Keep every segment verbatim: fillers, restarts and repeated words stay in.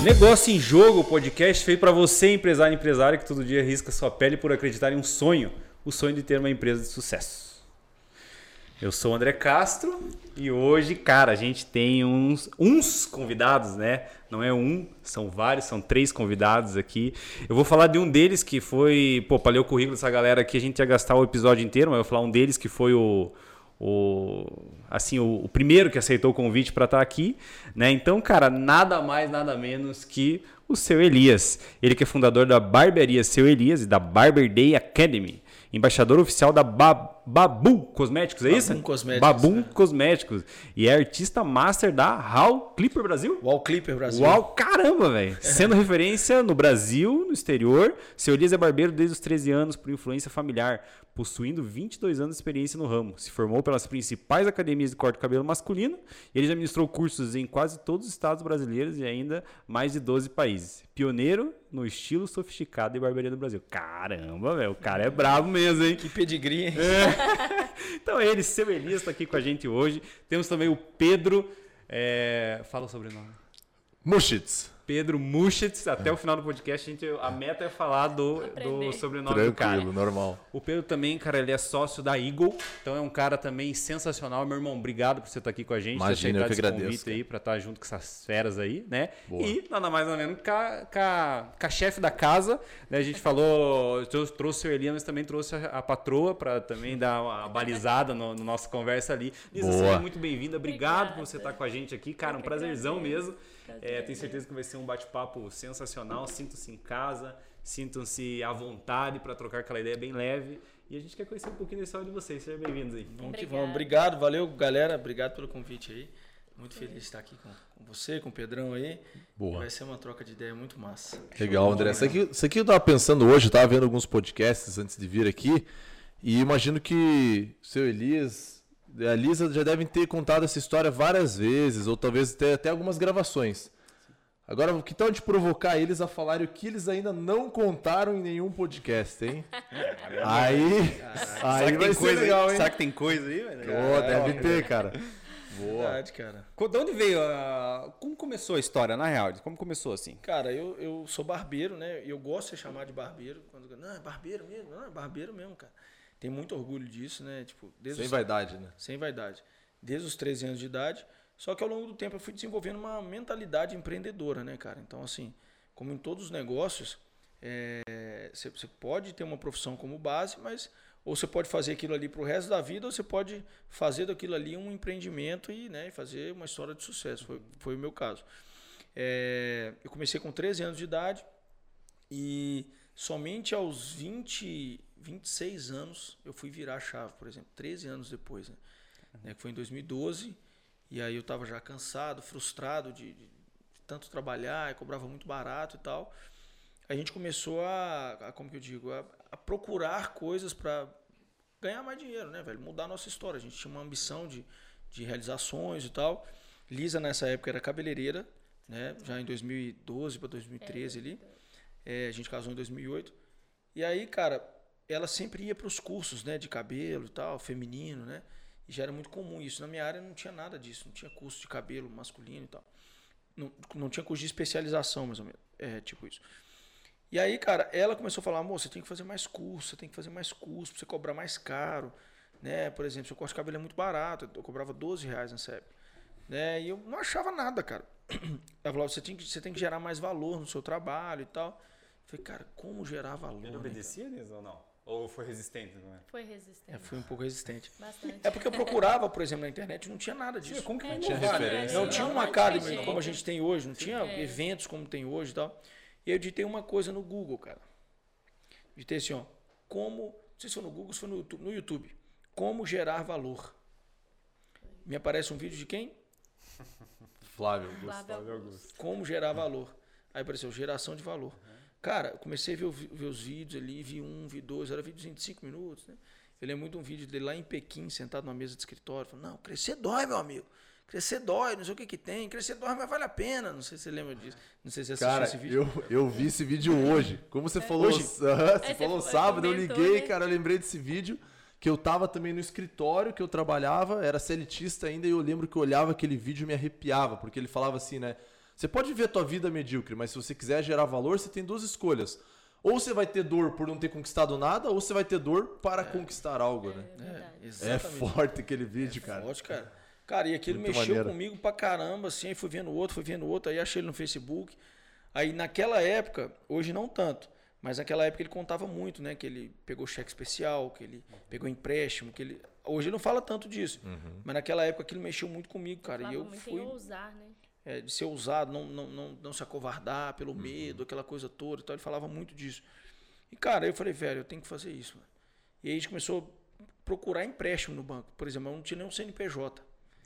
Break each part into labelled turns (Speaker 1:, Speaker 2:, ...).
Speaker 1: Negócio em Jogo, podcast feito para você, empresário e empresária, que todo dia risca sua pele por acreditar em um sonho, o sonho de ter uma empresa de sucesso. Eu sou o André Castro e hoje, cara, a gente tem uns, uns convidados, né? Não é um, são vários, são três convidados aqui. Eu vou falar de um deles que foi, pô, para ler o currículo dessa galera aqui, a gente ia gastar o episódio inteiro, mas eu vou falar um deles que foi o... O, assim, o, o primeiro que aceitou o convite para estar aqui, né? Então, cara, nada mais, nada menos que o Seu Elias. Ele que é fundador da barbearia Seu Elias e da Barber Day Academy. Embaixador oficial da ba Babum Cosméticos, é isso?
Speaker 2: Babum Cosméticos.
Speaker 1: Babum
Speaker 2: é.
Speaker 1: Cosméticos. E é artista master da Wall Clipper Brasil?
Speaker 2: Wall Clipper Brasil.
Speaker 1: Uau, caramba, velho. Sendo referência no Brasil, no exterior. Seu Elias é barbeiro desde os treze anos por influência familiar, possuindo vinte e dois anos de experiência no ramo. Se formou pelas principais academias de corte de cabelo masculino. Ele já ministrou cursos em quase todos os estados brasileiros e ainda mais de doze países. Pioneiro no estilo sofisticado de barbearia do Brasil. Caramba, velho. O cara é brabo mesmo, hein?
Speaker 2: Que pedigree, hein?
Speaker 1: É. Então ele, Seu Elias, está aqui com a gente hoje. Temos também o Pedro... É... Fala o sobrenome.
Speaker 3: Muschitz.
Speaker 1: Pedro Muschitz. Até é. o final do podcast, a, gente, a meta é falar do, do sobrenome
Speaker 3: Tranquilo,
Speaker 1: do cara.
Speaker 3: Tranquilo, normal.
Speaker 1: O Pedro também, cara, ele é sócio da Eagle. Então é um cara também sensacional. Meu irmão, obrigado por você estar aqui com a gente.
Speaker 3: Imagina, eu que agradeço.
Speaker 1: Convite aí para estar junto com essas feras aí, né?
Speaker 3: Boa.
Speaker 1: E nada mais nada menos que a, com a, com a chefe da casa. Né? A gente falou, eu trouxe o Seu Elias, mas também trouxe a, a patroa para também dar uma balizada no, no nossa conversa ali. Lisa, seja muito bem-vinda. Obrigado por você estar com a gente aqui. Cara, um prazerzão mesmo. É, tenho certeza que vai ser um bate-papo sensacional. Sintam-se em casa, sintam-se à vontade para trocar aquela ideia bem leve. E a gente quer conhecer um pouquinho da história de vocês. Sejam bem-vindos aí.
Speaker 2: Vamos que vamos. Obrigado, valeu, galera. Obrigado pelo convite aí. Muito feliz de estar aqui com, com você, com o Pedrão aí.
Speaker 3: Boa.
Speaker 2: Vai ser uma troca de ideia muito massa.
Speaker 3: Legal, André. Isso aqui, isso aqui eu estava pensando hoje, eu estava vendo alguns podcasts antes de vir aqui. E imagino que o Seu Elias... A Lisa já devem ter contado essa história várias vezes, ou talvez até, até algumas gravações. Agora, que tal de provocar eles a falarem o que eles ainda não contaram em nenhum podcast, hein? aí aí vai ser legal, hein?
Speaker 1: Será que tem coisa aí?
Speaker 3: Oh, deve ter, cara.
Speaker 2: Boa. Verdade, cara.
Speaker 1: De onde veio a... Como começou a história, na real? Como começou assim?
Speaker 2: Cara, eu, eu sou barbeiro, né? E eu gosto de ser chamado de barbeiro. Quando... Não, é barbeiro mesmo. Não, é barbeiro mesmo, cara. Tenho muito orgulho disso, né? Tipo, desde
Speaker 3: Sem
Speaker 2: os...
Speaker 3: vaidade, né?
Speaker 2: Sem vaidade. Desde os treze anos de idade. Só que ao longo do tempo eu fui desenvolvendo uma mentalidade empreendedora, né, cara? Então, assim, como em todos os negócios, é... você pode ter uma profissão como base, mas ou você pode fazer aquilo ali pro resto da vida, ou você pode fazer daquilo ali um empreendimento e, né, fazer uma história de sucesso. Foi, foi o meu caso. É... Eu comecei com treze anos de idade e somente aos vinte... vinte e seis anos eu fui virar a chave, por exemplo, treze anos depois, né? Uhum. É, que foi em dois mil e doze, e aí eu estava já cansado, frustrado de, de, de tanto trabalhar, eu cobrava muito barato e tal. A gente começou a, a como que eu digo, a, a procurar coisas para ganhar mais dinheiro, né, velho? Mudar a nossa história. A gente tinha uma ambição de, de realizações e tal. Lisa nessa época era cabeleireira, né? Já em dois mil e doze para dois mil e treze ali. É, a gente casou em dois mil e oito. E aí, cara, ela sempre ia para os cursos, né, de cabelo e tal, feminino, né? E já era muito comum isso. Na minha área não tinha nada disso, não tinha curso de cabelo masculino e tal. Não, não tinha curso de especialização, mais ou menos. É, tipo isso. E aí, cara, ela começou a falar, amor, você tem que fazer mais curso, você tem que fazer mais curso pra você cobrar mais caro, né? Por exemplo, seu corte de cabelo é muito barato, eu cobrava doze reais nessa época. Né? E eu não achava nada, cara. Ela falava, você tem que, você tem que gerar mais valor no seu trabalho e tal. Eu falei, cara, como gerar valor?
Speaker 1: Ele obedecia nisso ou não? Ou foi resistente, não é?
Speaker 4: Foi resistente.
Speaker 2: É, fui um pouco resistente.
Speaker 4: Bastante.
Speaker 2: É porque eu procurava, por exemplo, na internet, não tinha nada disso.
Speaker 1: Como que
Speaker 4: É,
Speaker 1: não
Speaker 3: tinha
Speaker 1: tinha
Speaker 3: referência,
Speaker 2: Não
Speaker 3: né?
Speaker 2: tinha uma
Speaker 4: Não,
Speaker 2: academy
Speaker 4: não
Speaker 2: como a gente tem hoje, não tinha
Speaker 4: É.
Speaker 2: eventos como tem hoje e tal. E eu digitei uma coisa no Google, cara. Digitei assim, ó, como, não sei se foi no Google, se foi no YouTube, no YouTube. Como gerar valor. Me aparece um vídeo de quem?
Speaker 3: Flávio.
Speaker 4: Flávio Augusto.
Speaker 2: Como gerar valor. Aí apareceu geração de valor. Cara, eu comecei a ver, ver os vídeos ali, vi um, vi dois, era vídeo de cinco minutos, né? Eu lembro muito de um vídeo dele lá em Pequim, sentado numa mesa de escritório, falando, não, crescer dói, meu amigo. Crescer dói, não sei o que que tem. Crescer dói, mas vale a pena. Não sei se você lembra disso. Não sei se você assistiu
Speaker 3: Cara,
Speaker 2: esse vídeo.
Speaker 3: eu, eu vi esse vídeo hoje. Como você
Speaker 4: É.
Speaker 3: falou,
Speaker 2: Hoje?
Speaker 3: uh, você
Speaker 4: É,
Speaker 3: falou
Speaker 4: você
Speaker 3: sábado, eu
Speaker 4: comentou,
Speaker 3: liguei,
Speaker 4: né?
Speaker 3: cara, eu lembrei desse vídeo, que eu tava também no escritório, que eu trabalhava, era C L Tista ainda, e eu lembro que eu olhava aquele vídeo e me arrepiava, porque ele falava assim, né? Você pode viver a tua vida medíocre, mas se você quiser gerar valor, você tem duas escolhas. Ou você vai ter dor por não ter conquistado nada, ou você vai ter dor para é. conquistar algo, né?
Speaker 2: É,
Speaker 3: é forte aquele vídeo,
Speaker 2: é
Speaker 3: cara.
Speaker 2: Forte, cara. Cara, e aquilo Muito mexeu maneiro. comigo pra caramba, assim, aí fui vendo outro, fui vendo outro, aí achei ele no Facebook. Aí naquela época, hoje não tanto, mas naquela época ele contava muito, né? Que ele pegou cheque especial, que ele pegou empréstimo, que ele... Hoje ele não fala tanto disso, uhum. mas naquela época aquilo mexeu muito comigo, cara. Falava e eu
Speaker 4: muito
Speaker 2: fui...
Speaker 4: em ousar, né?
Speaker 2: É, de ser ousado, não, não, não, não se acovardar pelo uhum. medo, aquela coisa toda. Então ele falava muito disso. E, cara, eu falei, velho, eu tenho que fazer isso. Mano. E aí a gente começou a procurar empréstimo no banco. Por exemplo, eu não tinha nem um C N P J.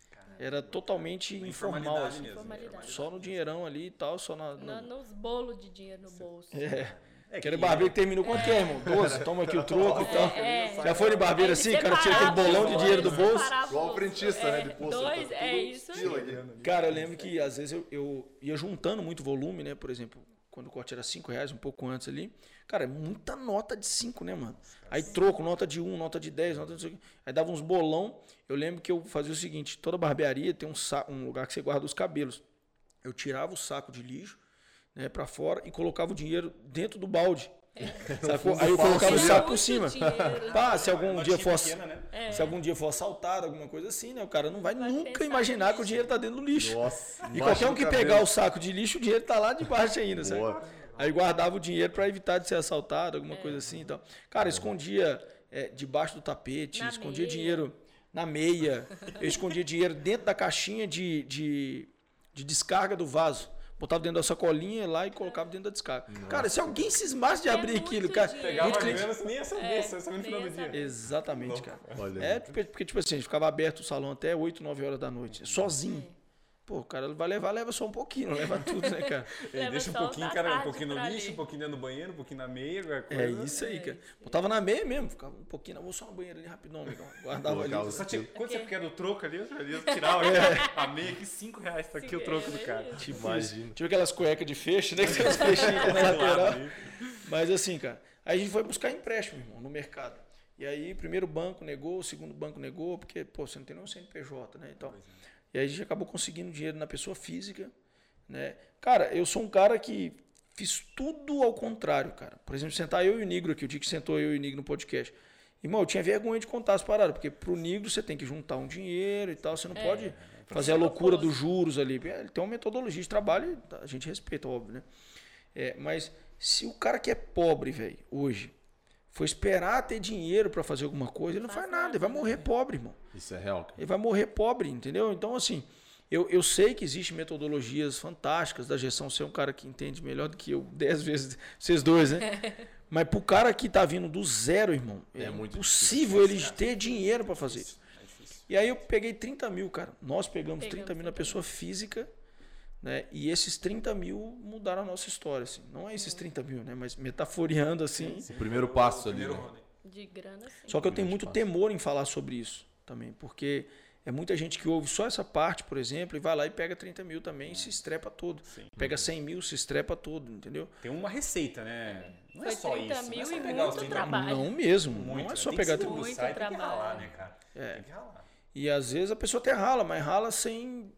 Speaker 2: Era totalmente informal. Assim.
Speaker 4: Mesmo,
Speaker 2: só no dinheirão ali e tal, só na,
Speaker 4: no... no, nos bolos de dinheiro no bolso.
Speaker 2: É. É aquele barbeiro que terminou quanto que é, irmão? doze, toma aqui o troco e tal. É, é. Já foi no barbeiro assim, cara, tira aquele bolão de dinheiro do bolso?
Speaker 3: Igual o frentista,
Speaker 4: é,
Speaker 3: né, de posto.
Speaker 4: Dois, tá é isso aí.
Speaker 2: Cara, eu lembro que às vezes eu, eu ia juntando muito volume, né? Por exemplo, quando o corte era cinco reais, um pouco antes ali. Cara, é muita nota de cinco, né, mano? Aí troco, nota de um, nota de dez, nota de... Aí dava uns bolão. Eu lembro que eu fazia o seguinte, toda barbearia tem um, saco, um lugar que você guarda os cabelos. Eu tirava o saco de lixo, né, pra fora e colocava o dinheiro dentro do balde. É. Aí eu colocava o saco por cima. Pá, se algum dia for pequena, né? é. se algum dia for assaltado, alguma coisa assim, né? O cara não vai, vai nunca imaginar que o dinheiro tá dentro do lixo. Nossa, e qualquer um que pegar o saco de lixo, o dinheiro tá lá debaixo ainda, sabe? Aí guardava o dinheiro para evitar de ser assaltado, alguma é. coisa assim, então. Cara, escondia é, debaixo do tapete, na escondia meia. dinheiro na meia, eu escondia dinheiro dentro da caixinha de, de, de descarga do vaso. Botava dentro da sacolinha lá e colocava dentro da descarga. Nossa. Cara, se alguém cismasse de é abrir aquilo, cara...
Speaker 1: Pegava menos, nem ia saber, é, só no final do dia.
Speaker 2: Exatamente, cara. Olha, é, porque, porque, tipo assim, a gente ficava aberto o salão até oito, nove horas da noite, sozinho. É. Pô, o cara vai levar, leva só um pouquinho, não leva tudo, né, cara?
Speaker 1: Ele deixa um pouquinho, cara, um pouquinho no lixo, um pouquinho dentro do banheiro, um pouquinho na meia. Coisa.
Speaker 2: É isso aí, cara. Botava na meia mesmo, ficava um pouquinho, não, vou só no banheiro ali rapidão, amigão. Guardava ali.
Speaker 1: Só tinha, quando você quer do troco ali, eu tirava a meia aqui, cinco reais, tá aqui o troco do cara.
Speaker 2: Tipo, imagina. Tive aquelas cuecas de fecho, né? Aquelas fechinhas na lateral. Mas assim, cara, aí a gente foi buscar empréstimo, irmão, no mercado. E aí, primeiro banco negou, o segundo banco negou, porque, pô, você não tem nenhum C N P J, né? Então. E aí a gente acabou conseguindo dinheiro na pessoa física, né? Cara, eu sou um cara que fiz tudo ao contrário, cara. Por exemplo, sentar eu e o Nigro aqui, o dia que sentou eu e o Nigro no podcast. Irmão, eu tinha vergonha de contar as paradas, porque pro Nigro você tem que juntar um dinheiro e tal, você não é, pode fazer a loucura dos juros ali. Ele tem uma metodologia de trabalho, a gente respeita, óbvio, né? É, mas se o cara que é pobre, velho, hoje, for esperar ter dinheiro para fazer alguma coisa, ele não faz nada, ele vai morrer pobre, irmão.
Speaker 3: Isso é real. Cara.
Speaker 2: Ele vai morrer pobre, entendeu? Então, assim, eu, eu sei que existem metodologias fantásticas da gestão, você é um cara que entende melhor do que eu, dez vezes, vocês dois, né? Mas pro cara que tá vindo do zero, irmão, é, é muito possível ele ter dinheiro para fazer isso. E aí eu peguei trinta mil, cara. Nós pegamos, pegamos trinta mil na pessoa física, né? E esses trinta mil mudaram a nossa história, assim. Não é esses trinta mil, né? Mas metaforiando, assim.
Speaker 3: O primeiro passo ali, né?
Speaker 4: De grana, sim.
Speaker 2: Só que eu tenho muito temor em falar sobre isso também, porque é muita gente que ouve só essa parte, por exemplo, e vai lá e pega trinta mil também e se estrepa todo. Sim. Pega cem mil, se estrepa todo, entendeu?
Speaker 1: Tem uma receita, né? Não é
Speaker 4: só
Speaker 1: isso.
Speaker 4: Mil
Speaker 1: não é só
Speaker 4: pegar os trinta mil.
Speaker 2: Não mesmo.
Speaker 1: Muito,
Speaker 2: não é só
Speaker 1: né?
Speaker 2: pegar
Speaker 1: trinta mil. Tem que ralar, né, cara?
Speaker 2: É.
Speaker 1: Tem que ralar.
Speaker 2: E às vezes a pessoa até rala, mas rala sem,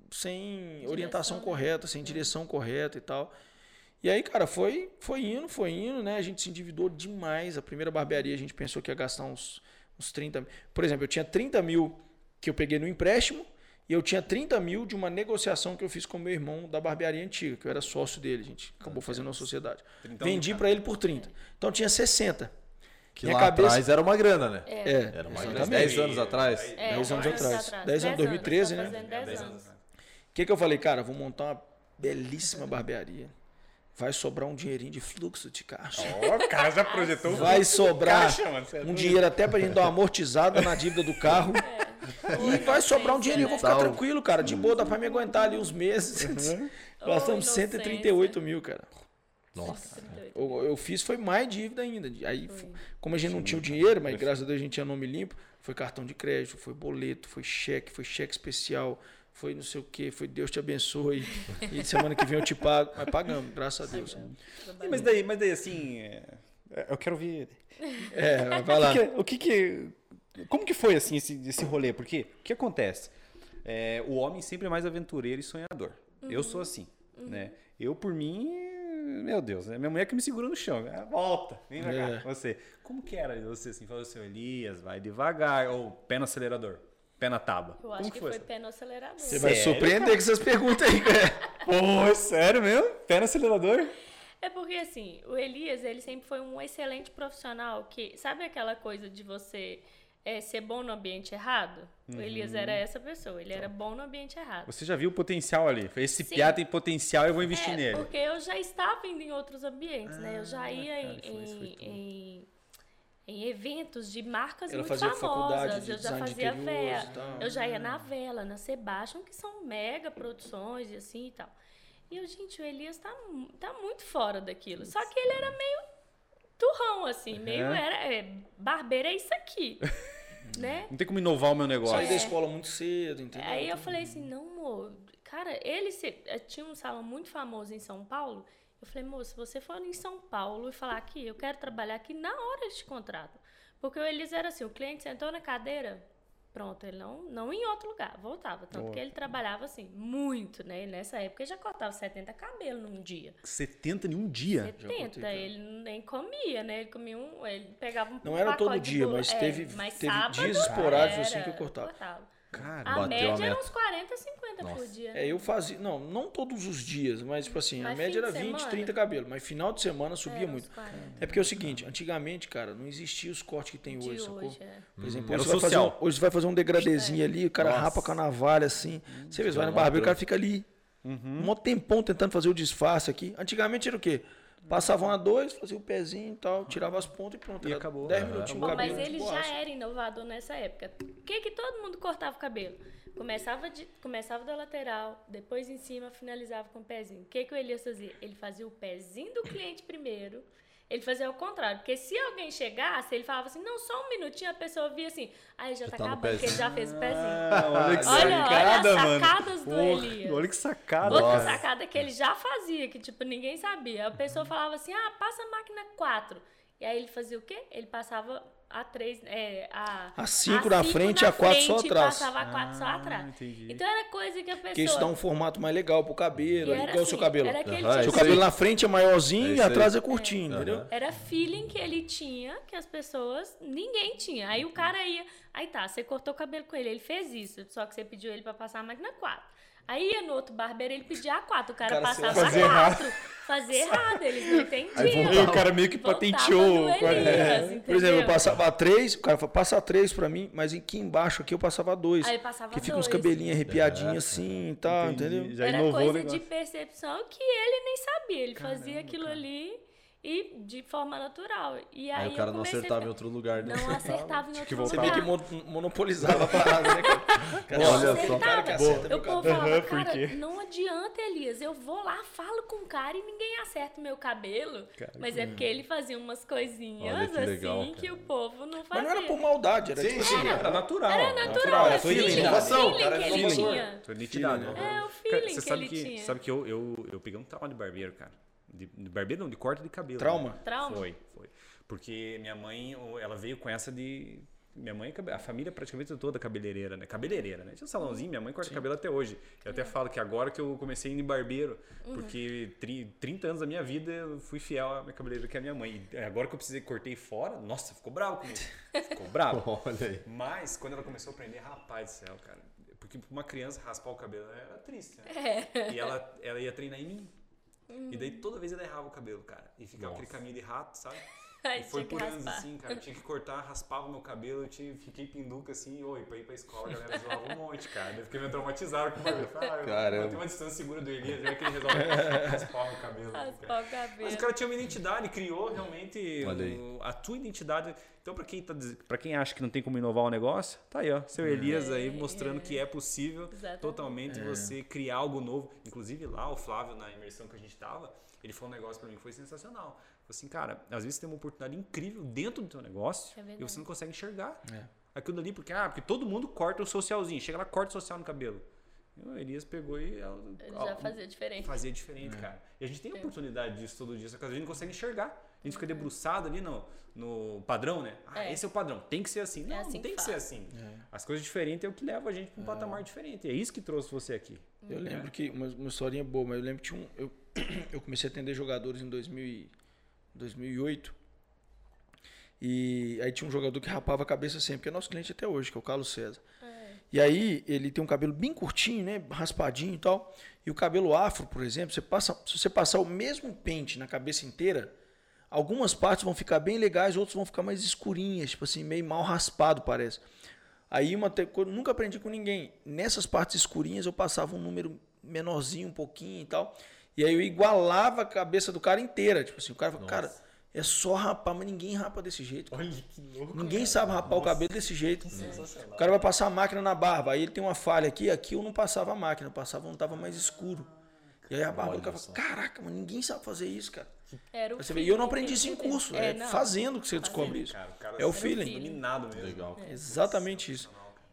Speaker 2: sem direção, orientação, né? correta, sem é. direção correta e tal. E aí, cara, foi, foi indo, foi indo, né? A gente se endividou demais. A primeira barbearia a gente pensou que ia gastar uns, uns trinta mil. Por exemplo, eu tinha trinta mil que eu peguei no empréstimo e eu tinha trinta mil de uma negociação que eu fiz com o meu irmão da barbearia antiga, que eu era sócio dele. A gente acabou fazendo uma sociedade. Vendi para ele por trinta. Então tinha sessenta.
Speaker 3: Que Minha lá cabeça... atrás era uma grana, né?
Speaker 2: É,
Speaker 3: era uma grana. dez anos atrás?
Speaker 2: É, dez anos atrás. dez anos, dois mil e treze, né?
Speaker 4: dez anos.
Speaker 2: O que que eu falei? Cara, vou montar uma belíssima barbearia. Vai sobrar um dinheirinho de fluxo de caixa.
Speaker 1: Ó, o cara já projetou um
Speaker 2: Vai sobrar
Speaker 1: caixa, mano,
Speaker 2: um dinheiro até pra gente dar uma amortizada na dívida do carro. É. E vai sobrar um dinheirinho. Eu vou ficar tranquilo, cara. De boa, dá pra me aguentar ali uns meses. Uhum. Gastamos cento e trinta e oito mil, cara.
Speaker 3: Nossa.
Speaker 2: Eu, eu fiz, foi mais dívida ainda. Aí, foi. como a gente não tinha o dinheiro, mas graças a Deus a gente tinha nome limpo, foi cartão de crédito, foi boleto, foi cheque, foi cheque especial, foi não sei o que, foi Deus te abençoe. E semana que vem eu te pago. Mas pagamos, graças a Deus.
Speaker 1: E, mas, daí, mas daí, assim, é, eu quero ouvir.
Speaker 2: É, vai lá.
Speaker 1: O que que, como que foi, assim, esse, esse rolê? Porque o que acontece? É, o homem sempre é mais aventureiro e sonhador. Uhum. Eu sou assim. né? Eu, por mim, meu Deus, né? Minha mulher que me segura no chão. Ah, volta, vem pra
Speaker 2: É.
Speaker 1: cá. Você, como que era você assim? Falou assim, Elias, vai devagar. Ou pé no acelerador, pé na tábua.
Speaker 4: Eu acho
Speaker 1: como
Speaker 4: que
Speaker 1: foi
Speaker 4: foi
Speaker 1: essa?
Speaker 4: pé no acelerador.
Speaker 2: Você vai
Speaker 1: Sério,
Speaker 2: surpreender com essas perguntas aí, cara.
Speaker 1: Pô, sério mesmo? Pé no acelerador?
Speaker 4: É porque, assim, o Elias, ele sempre foi um excelente profissional que... Sabe aquela coisa de você é, ser bom no ambiente errado? O Elias era essa pessoa. Ele era bom no ambiente errado.
Speaker 1: Você já viu o potencial ali. Esse
Speaker 4: Sim.
Speaker 1: piá tem potencial, eu vou investir
Speaker 4: É,
Speaker 1: nele.
Speaker 4: porque eu já estava indo em outros ambientes, né? Eu já ia
Speaker 1: cara,
Speaker 4: em,
Speaker 1: foi isso, foi
Speaker 4: em,
Speaker 1: tudo.
Speaker 4: em, em eventos de marcas
Speaker 2: Ela
Speaker 4: muito
Speaker 2: fazia faculdade
Speaker 4: famosas.
Speaker 2: de
Speaker 4: Eu já
Speaker 2: design de
Speaker 4: fazia
Speaker 2: interiores
Speaker 4: vela.
Speaker 2: e tal.
Speaker 4: Eu já ia na Vela, na Sebastian, que são mega produções e assim e tal. E eu, gente, o Elias tá, mu- tá muito fora daquilo. Só que ele era meio turrão, assim. Meio era... É, barbeiro é isso aqui, né?
Speaker 1: Não tem como inovar o meu negócio.
Speaker 2: Saí da escola muito cedo, entendeu?
Speaker 4: Aí eu falei assim, não, amor, cara, ele se- eh, tinha um salão muito famoso em São Paulo. Eu falei, moço, se você for em São Paulo e falar aqui, eu quero trabalhar aqui, na hora eles te contratam. Porque o Elias era assim, o cliente sentou na cadeira, pronto, ele não, não ia em outro lugar, voltava. Tanto que ele trabalhava assim, muito, né? Nessa época ele já cortava setenta cabelos num dia.
Speaker 1: setenta em um dia?
Speaker 4: setenta,
Speaker 2: cara.
Speaker 4: ele nem comia, né? Ele comia um, ele pegava um
Speaker 2: Não era
Speaker 4: pacote
Speaker 2: todo
Speaker 4: de
Speaker 2: dia,
Speaker 4: bolo.
Speaker 2: mas
Speaker 4: É,
Speaker 2: teve,
Speaker 4: mas
Speaker 2: teve
Speaker 4: sábado
Speaker 2: dias esporádicos assim
Speaker 4: era-
Speaker 2: que eu cortava.
Speaker 1: Cara,
Speaker 4: A
Speaker 3: Bateu a
Speaker 4: média era
Speaker 3: meta.
Speaker 4: uns quarenta, cinquenta por dia.
Speaker 2: É, eu fazia, não, não todos os dias, mas tipo assim, a
Speaker 4: Mas
Speaker 2: média
Speaker 4: fim
Speaker 2: era
Speaker 4: de
Speaker 2: vinte,
Speaker 4: semana?
Speaker 2: trinta cabelos, mas final de semana subia
Speaker 4: Era uns
Speaker 2: muito.
Speaker 4: quarenta.
Speaker 2: É porque é o seguinte, antigamente, cara, não existia os cortes que tem
Speaker 4: De
Speaker 2: hoje, sacou?
Speaker 4: hoje, é.
Speaker 2: Por exemplo,
Speaker 1: Era
Speaker 2: hoje, você vai fazer
Speaker 1: social.
Speaker 2: um, hoje você vai fazer um degradezinho
Speaker 4: É.
Speaker 2: ali, o cara
Speaker 1: Nossa.
Speaker 2: rapa com a navalha assim. Você vê, você vai no barbeiro, o cara fica ali, um mó tempão tentando fazer o disfarce aqui. Antigamente era o quê? Passavam a dois, fazia o pezinho e tal, tirava as pontas e pronto.
Speaker 1: E
Speaker 2: Era
Speaker 1: acabou.
Speaker 2: dez
Speaker 1: Aham.
Speaker 2: minutinhos
Speaker 4: Bom,
Speaker 2: o cabelo.
Speaker 4: mas ele
Speaker 2: borracha.
Speaker 4: já era inovador nessa época. O que que todo mundo cortava o cabelo? Começava, de, começava da lateral, depois em cima, finalizava com o pezinho. O que que o Elias fazia? Ele fazia o pezinho do cliente primeiro. Ele fazia o contrário, porque se alguém chegasse, ele falava assim, não, só um minutinho, a pessoa via assim, aí já,
Speaker 3: Já
Speaker 4: tá,
Speaker 3: tá no
Speaker 4: acabando, porque ele já fez o pezinho.
Speaker 1: Ah, olha que
Speaker 4: Olha,
Speaker 1: sacada,
Speaker 4: olha as
Speaker 1: mano.
Speaker 4: sacadas do
Speaker 1: Porra,
Speaker 4: Elias.
Speaker 1: olha que sacada,
Speaker 4: Outra
Speaker 1: cara.
Speaker 4: sacada que ele já fazia, que tipo, ninguém sabia. A pessoa falava assim, ah, passa a máquina quatro. E aí ele fazia o quê? Ele passava a três, é, a...
Speaker 2: A cinco na frente e a quatro só
Speaker 4: frente e
Speaker 2: atrás.
Speaker 4: passava a quatro só
Speaker 1: Ah,
Speaker 4: atrás.
Speaker 1: entendi.
Speaker 4: Então era coisa que a pessoa...
Speaker 2: Porque isso dá um formato mais legal pro cabelo,
Speaker 4: E
Speaker 2: ali,
Speaker 4: era
Speaker 2: igual o seu
Speaker 4: assim,
Speaker 2: cabelo.
Speaker 4: Era aquele
Speaker 3: Aham,
Speaker 2: Seu
Speaker 3: isso
Speaker 4: tipo,
Speaker 2: cabelo
Speaker 3: aí.
Speaker 2: na frente é maiorzinho
Speaker 3: É
Speaker 2: e
Speaker 3: isso aí.
Speaker 2: atrás é curtinho,
Speaker 3: É.
Speaker 2: entendeu?
Speaker 4: era feeling que ele tinha, que as pessoas, ninguém tinha. Aí o cara ia, aí tá, você cortou o cabelo com ele, ele fez isso, só que você pediu ele pra passar a máquina quatro. Aí ia no outro barbeiro, ele pedia a quatro, o cara,
Speaker 2: Cara, você
Speaker 4: passava
Speaker 1: fazia
Speaker 4: a
Speaker 1: errado.
Speaker 4: quatro. Fazia errado, eles não entendiam.
Speaker 1: E o cara meio que
Speaker 4: Voltava
Speaker 1: patenteou.
Speaker 4: no
Speaker 1: o quadro.
Speaker 4: Elias,
Speaker 2: Por
Speaker 4: entendeu?
Speaker 2: exemplo, eu passava três, o cara falou, passa três pra mim, mas aqui embaixo aqui eu passava dois.
Speaker 4: Aí passava
Speaker 2: que fica uns
Speaker 4: dois.
Speaker 2: cabelinhos arrepiadinhos assim e tal,
Speaker 1: Entendi.
Speaker 2: entendeu?
Speaker 1: Já
Speaker 4: Era
Speaker 1: inovou o
Speaker 4: coisa
Speaker 1: negócio.
Speaker 4: de percepção que ele nem sabia. Ele fazia aquilo ali e de forma natural. E aí,
Speaker 3: Aí o cara
Speaker 4: eu
Speaker 3: não
Speaker 4: comecei
Speaker 3: acertava
Speaker 4: a...
Speaker 3: em outro lugar, né?
Speaker 4: Não acertava em outro
Speaker 2: Você
Speaker 4: lugar.
Speaker 2: meio que mon- monopolizava a parada, né, cara? Cara,
Speaker 4: Não
Speaker 3: Olha
Speaker 2: você é
Speaker 3: só.
Speaker 2: o cara que
Speaker 4: acertava.
Speaker 2: acerta meu
Speaker 4: Eu povo
Speaker 2: cabelo.
Speaker 4: falava,
Speaker 1: Aham, por
Speaker 4: cara,
Speaker 1: quê?
Speaker 4: não adianta, Elias. Eu vou lá, falo com o cara e ninguém acerta o meu cabelo. Mas é porque ele fazia umas coisinhas
Speaker 3: Olha que legal,
Speaker 4: assim
Speaker 3: cara.
Speaker 4: que o povo não
Speaker 2: Mas
Speaker 4: fazia.
Speaker 2: não era por maldade, era tipo assim.
Speaker 1: Era natural.
Speaker 4: Era natural,
Speaker 2: Natural,
Speaker 4: era
Speaker 2: era
Speaker 4: feeling,
Speaker 2: feeling,
Speaker 3: inovação,
Speaker 4: feeling
Speaker 3: cara,
Speaker 4: que
Speaker 3: era
Speaker 4: ele
Speaker 3: inovador.
Speaker 4: tinha.
Speaker 1: Tô nitidado.
Speaker 2: Feeling,
Speaker 4: É, o
Speaker 1: Cara,
Speaker 4: feeling
Speaker 1: você
Speaker 4: que
Speaker 1: sabe
Speaker 4: ele
Speaker 1: que,
Speaker 4: tinha.
Speaker 1: sabe que eu, eu, eu peguei um trauma de barbeiro, cara. De, de barbeiro não, de corte de cabelo.
Speaker 2: Trauma?
Speaker 1: Né?
Speaker 4: Trauma?
Speaker 1: Foi, foi. Porque minha mãe, ela veio com essa de... Minha mãe, a família praticamente toda cabeleireira, né? Cabeleireira, né? Tinha um salãozinho, minha mãe corta cabelo até hoje. Eu até falo que agora que eu comecei a ir em barbeiro,
Speaker 4: Uhum.
Speaker 1: porque tri- trinta anos da minha vida eu fui fiel à minha cabeleireira, que é a minha mãe. E agora que eu precisei, cortei fora, nossa, ficou bravo comigo. Ficou bravo.
Speaker 3: Olha aí.
Speaker 1: Mas, quando ela começou a aprender, rapaz do céu, cara. Porque pra uma criança raspar o cabelo era triste, né? E ela, ela ia treinar em mim. E daí toda vez ela errava o cabelo, cara. E ficava aquele caminho de rato, sabe?
Speaker 4: Aí
Speaker 1: E foi
Speaker 4: tinha que
Speaker 1: por anos
Speaker 4: raspar.
Speaker 1: assim, cara. Eu tinha que cortar, raspava o meu cabelo, eu tinha, fiquei pinduca assim, oi, pra ir pra escola, a galera zoava um monte, cara. Eu fiquei meio traumatizado com o cabelo. Falei, ah, eu
Speaker 3: Caramba.
Speaker 1: vou ter uma distância segura do Elias, já que ele resolve raspar o meu cabelo. cara.
Speaker 4: Raspar o cabelo.
Speaker 1: Mas o cara tinha uma identidade, criou realmente
Speaker 3: Olha aí.
Speaker 1: o- a tua identidade. Então, pra quem, tá, diz- pra quem acha que não tem como inovar o negócio, tá aí, ó. Seu Elias aí mostrando que é possível
Speaker 4: Exatamente.
Speaker 1: totalmente você criar algo novo. Inclusive lá, o Flávio, na imersão que a gente tava, ele falou um negócio pra mim que foi sensacional. Falou assim, cara, às vezes você tem uma oportunidade incrível dentro do teu negócio
Speaker 4: É
Speaker 1: e
Speaker 4: verdade.
Speaker 1: você não consegue enxergar.
Speaker 2: É.
Speaker 1: Aquilo ali, porque, ah, porque todo mundo corta o socialzinho. Chega lá, corta o social no cabelo. E o Elias pegou e... ela-
Speaker 4: Ele já fazia diferente.
Speaker 1: Fazia diferente, cara. E a gente tem a oportunidade disso todo dia, só que às vezes a gente não consegue enxergar. A gente fica debruçado ali no, no padrão, né? Ah,
Speaker 4: É.
Speaker 1: esse é o padrão, tem que ser assim. Não,
Speaker 4: É assim
Speaker 1: não tem
Speaker 4: que
Speaker 1: que ser
Speaker 4: faz.
Speaker 1: assim.
Speaker 2: É.
Speaker 1: As coisas diferentes é o que leva a gente para um patamar diferente. É isso que trouxe você aqui.
Speaker 2: Eu lembro que, uma, uma historinha boa, mas eu lembro que tinha um, eu, eu comecei a atender jogadores em dois mil e, dois mil e oito. E aí tinha um jogador que rapava a cabeça sempre, que é nosso cliente até hoje, que é o Carlos César.
Speaker 4: É.
Speaker 2: E aí ele tem um cabelo bem curtinho, né, raspadinho e tal. E o cabelo afro, por exemplo, você passa, se você passar o mesmo pente na cabeça inteira, algumas partes vão ficar bem legais, outras vão ficar mais escurinhas, tipo assim, meio mal raspado parece. Aí uma te... eu nunca aprendi com ninguém. Nessas partes escurinhas eu passava um número menorzinho um pouquinho e tal. E aí eu igualava a cabeça do cara inteira, tipo assim, o cara fala, cara, é só rapar, mas ninguém rapa desse jeito. Cara.
Speaker 1: Olha que louco.
Speaker 2: Ninguém
Speaker 1: cara.
Speaker 2: sabe rapar
Speaker 1: Nossa.
Speaker 2: o cabelo desse jeito.
Speaker 1: Sensacional.
Speaker 2: O cara vai passar a máquina na barba, aí ele tem uma falha aqui, aqui eu não passava a máquina, eu passava onde estava mais escuro. E aí a barba do cara fala, caraca, mas ninguém sabe fazer isso, cara.
Speaker 4: Era o
Speaker 2: Você vê, e eu não
Speaker 4: feeling
Speaker 2: aprendi isso em
Speaker 4: que ele
Speaker 2: curso,
Speaker 4: teve.
Speaker 2: é,
Speaker 4: não.
Speaker 2: fazendo que você descobre isso.
Speaker 1: Cara, o cara
Speaker 2: É o
Speaker 1: era
Speaker 2: feeling.
Speaker 1: Dominado mesmo.
Speaker 3: Legal.
Speaker 2: É exatamente isso.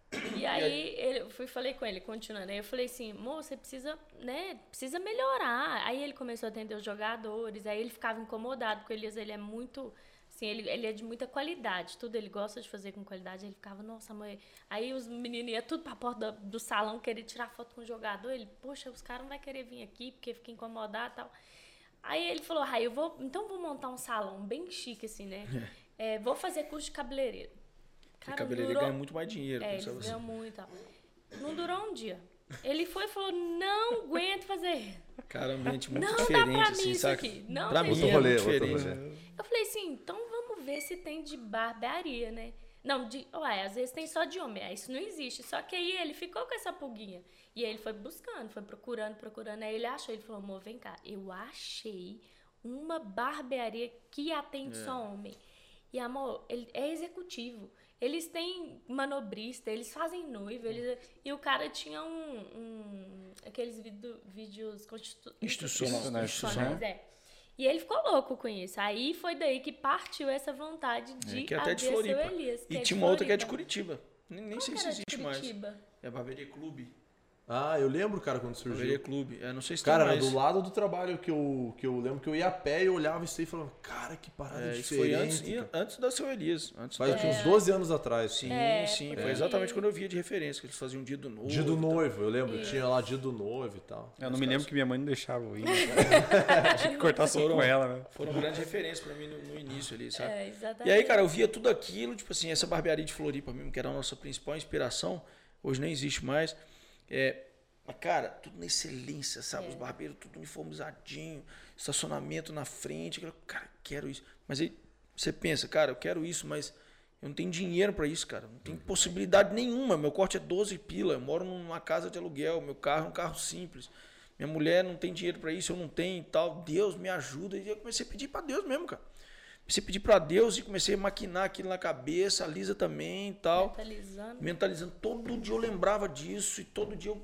Speaker 4: E aí ele, eu fui falei com ele, continuando. Aí eu falei assim, moço, você precisa, né, precisa melhorar. Aí ele começou a atender os jogadores, aí ele ficava incomodado, porque o Elias, ele é muito, assim, ele, ele é de muita qualidade, tudo ele gosta de fazer com qualidade. Ele ficava, nossa, mãe. Aí os meninos iam tudo pra porta do, do salão querer tirar foto com o jogador. Ele, poxa, os caras não vão querer vir aqui porque fica incomodado e tal. Aí ele falou, ah, eu vou, então vou montar um salão bem chique, assim, né? É, vou fazer curso de cabeleireiro.
Speaker 2: Porque cabeleireiro
Speaker 4: durou-
Speaker 2: ganha muito mais dinheiro.
Speaker 4: É,
Speaker 2: pensava
Speaker 4: eles
Speaker 2: assim.
Speaker 4: ganham muito e tal. Não durou um dia. Ele foi e falou, não aguento fazer.
Speaker 2: Cara, ambiente muito
Speaker 4: Não dá
Speaker 2: diferente,
Speaker 4: pra
Speaker 2: assim,
Speaker 4: mim isso
Speaker 2: saca?
Speaker 4: aqui. Não
Speaker 2: pra
Speaker 4: tem
Speaker 2: mim
Speaker 3: Outro
Speaker 2: é
Speaker 3: rolê,
Speaker 2: muito
Speaker 3: outro
Speaker 2: diferente.
Speaker 3: rolê.
Speaker 4: Eu falei assim, então vamos ver se tem de barbearia, né? Não, de, ué, às vezes tem só de homem, aí isso não existe. Só que aí ele ficou com essa pulguinha. E aí ele foi buscando, foi procurando, procurando. Aí ele achou, ele falou, amor, vem cá, eu achei uma barbearia que atende
Speaker 2: É.
Speaker 4: só homem. E, amor, ele é executivo. Eles têm manobrista, eles fazem noiva. Eles, e o cara tinha um... um aqueles vídeo, vídeos constitu,
Speaker 2: Institucionais.
Speaker 4: institucionais, é. E ele ficou louco com isso. Aí foi daí que partiu essa vontade de
Speaker 2: É, que é até de
Speaker 4: abrir seu
Speaker 2: Floripa.
Speaker 4: Elias. que
Speaker 2: E
Speaker 4: é de
Speaker 2: tinha uma outra que é de
Speaker 4: Floripa.
Speaker 2: Curitiba. Nem, nem
Speaker 4: Qual
Speaker 2: sei
Speaker 4: que
Speaker 2: se
Speaker 4: era de
Speaker 2: existe mais.
Speaker 4: Curitiba?
Speaker 2: É a Barbearia Clube.
Speaker 3: Ah, eu lembro, cara, quando
Speaker 2: Barbearia
Speaker 3: surgiu.
Speaker 2: Clube. É, não sei se
Speaker 3: Cara,
Speaker 2: tem
Speaker 3: era
Speaker 2: mais.
Speaker 3: do lado do trabalho que eu, que eu lembro que eu ia a pé e eu olhava isso aí e falava, cara, que parada
Speaker 2: É, isso
Speaker 3: diferente.
Speaker 2: foi antes,
Speaker 3: cara.
Speaker 2: antes da seu Elias. Antes
Speaker 3: Faz
Speaker 2: da...
Speaker 3: uns doze anos atrás.
Speaker 2: Sim,
Speaker 4: É,
Speaker 2: sim.
Speaker 4: por
Speaker 2: Foi
Speaker 4: aí.
Speaker 2: exatamente quando eu via de referência, que eles faziam um dia do noivo.
Speaker 3: Dia do
Speaker 2: e tal.
Speaker 3: noivo, eu lembro. Tinha lá dia do noivo e tal.
Speaker 1: Eu não me lembro que minha mãe não deixava eu ir. Né? Tinha que cortar som com ela, né?
Speaker 2: Foram grandes referências pra mim no, no início ali, sabe?
Speaker 4: É, exatamente.
Speaker 2: E aí, cara, eu via tudo aquilo, tipo assim, essa barbearia de Floripa mesmo, que era a nossa principal inspiração, hoje nem existe mais. É, mas, cara, tudo na excelência, sabe?
Speaker 4: É.
Speaker 2: Os barbeiros tudo uniformizadinho, estacionamento na frente. Aquela, cara, quero isso. Mas aí você pensa, cara, eu quero isso, mas eu não tenho dinheiro pra isso, cara. Não tem possibilidade nenhuma. Meu corte é doze pila, eu moro numa casa de aluguel, meu carro é um carro simples. Minha mulher não tem dinheiro pra isso, eu não tenho e tal. Deus me ajuda. E eu comecei a pedir pra Deus mesmo, cara. Comecei a pedir pra Deus e comecei a maquinar aquilo na cabeça, a Lisa também e tal.
Speaker 4: Mentalizando.
Speaker 2: Mentalizando. Todo dia eu lembrava disso e todo dia eu...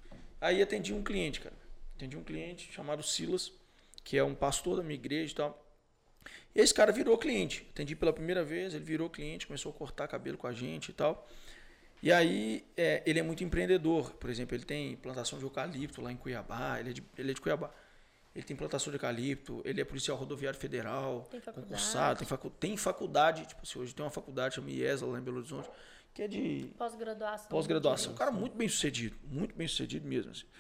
Speaker 2: Aí atendi um cliente, cara. Atendi um cliente chamado Silas, que é um pastor da minha igreja e tal. E esse cara virou cliente. Atendi pela primeira vez, ele virou cliente, começou a cortar cabelo com a gente e tal. E aí, é, ele é muito empreendedor. Por exemplo, ele tem plantação de eucalipto lá em Cuiabá. Ele é de, ele é de Cuiabá. Ele tem plantação de eucalipto, ele é policial rodoviário federal,
Speaker 4: Tem faculdade.
Speaker 2: concursado, tem, facu, tem faculdade. Tipo assim, hoje tem uma faculdade chamada IESA lá em Belo Horizonte, que é de
Speaker 4: Pós-graduação.
Speaker 2: pós-graduação. Um cara muito bem sucedido, muito bem sucedido mesmo. Assim.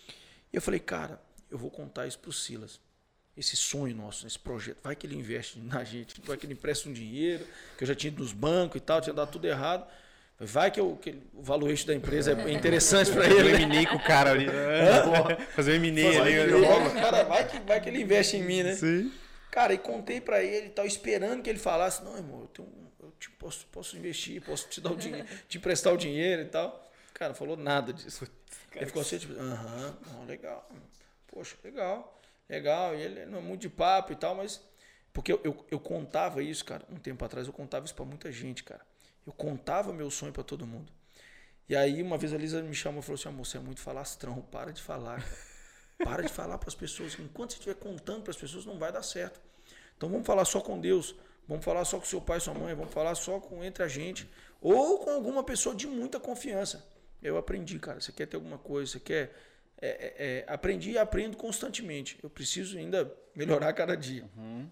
Speaker 2: E eu falei, cara, eu vou contar isso pro Silas. Esse sonho nosso, esse projeto. Vai que ele investe na gente, vai que ele empresta um dinheiro, que eu já tinha ido nos bancos e tal, tinha dado tudo errado. Vai que, eu, que ele- o valuation da empresa é interessante para
Speaker 1: Fazer
Speaker 2: ele.
Speaker 1: um
Speaker 2: né?
Speaker 1: M and A com o cara ali. Fazer um M and A
Speaker 2: Vai,
Speaker 1: ali.
Speaker 2: que,
Speaker 1: né?
Speaker 2: vai, que, cara, vai, que, vai que ele investe em mim, né?
Speaker 1: Sim.
Speaker 2: Cara, e contei pra ele e tal, esperando que ele falasse, não, irmão, eu, tenho, um- eu te posso, posso investir, posso te dar o dinheiro, te emprestar o dinheiro e tal. Cara, não falou nada disso. Ele ficou assim, tipo, aham, não, legal. Poxa, legal, legal. E ele não é muito de papo e tal, mas... Porque eu, eu, eu contava isso, cara, um tempo atrás, eu contava isso pra muita gente, cara. Eu contava meu sonho pra todo mundo. E aí, uma vez a Lisa me chamou e falou assim, amor, você é muito falastrão, para de falar, cara. Para de falar pras pessoas. Enquanto você estiver contando pras pessoas, não vai dar certo. Então vamos falar só com Deus, vamos falar só com seu pai e sua mãe, vamos falar só com entre a gente, ou com alguma pessoa de muita confiança. Eu aprendi, cara, você quer ter alguma coisa, você quer... É, é, é, aprendi e aprendo constantemente. Eu preciso ainda melhorar cada dia.
Speaker 1: Uhum.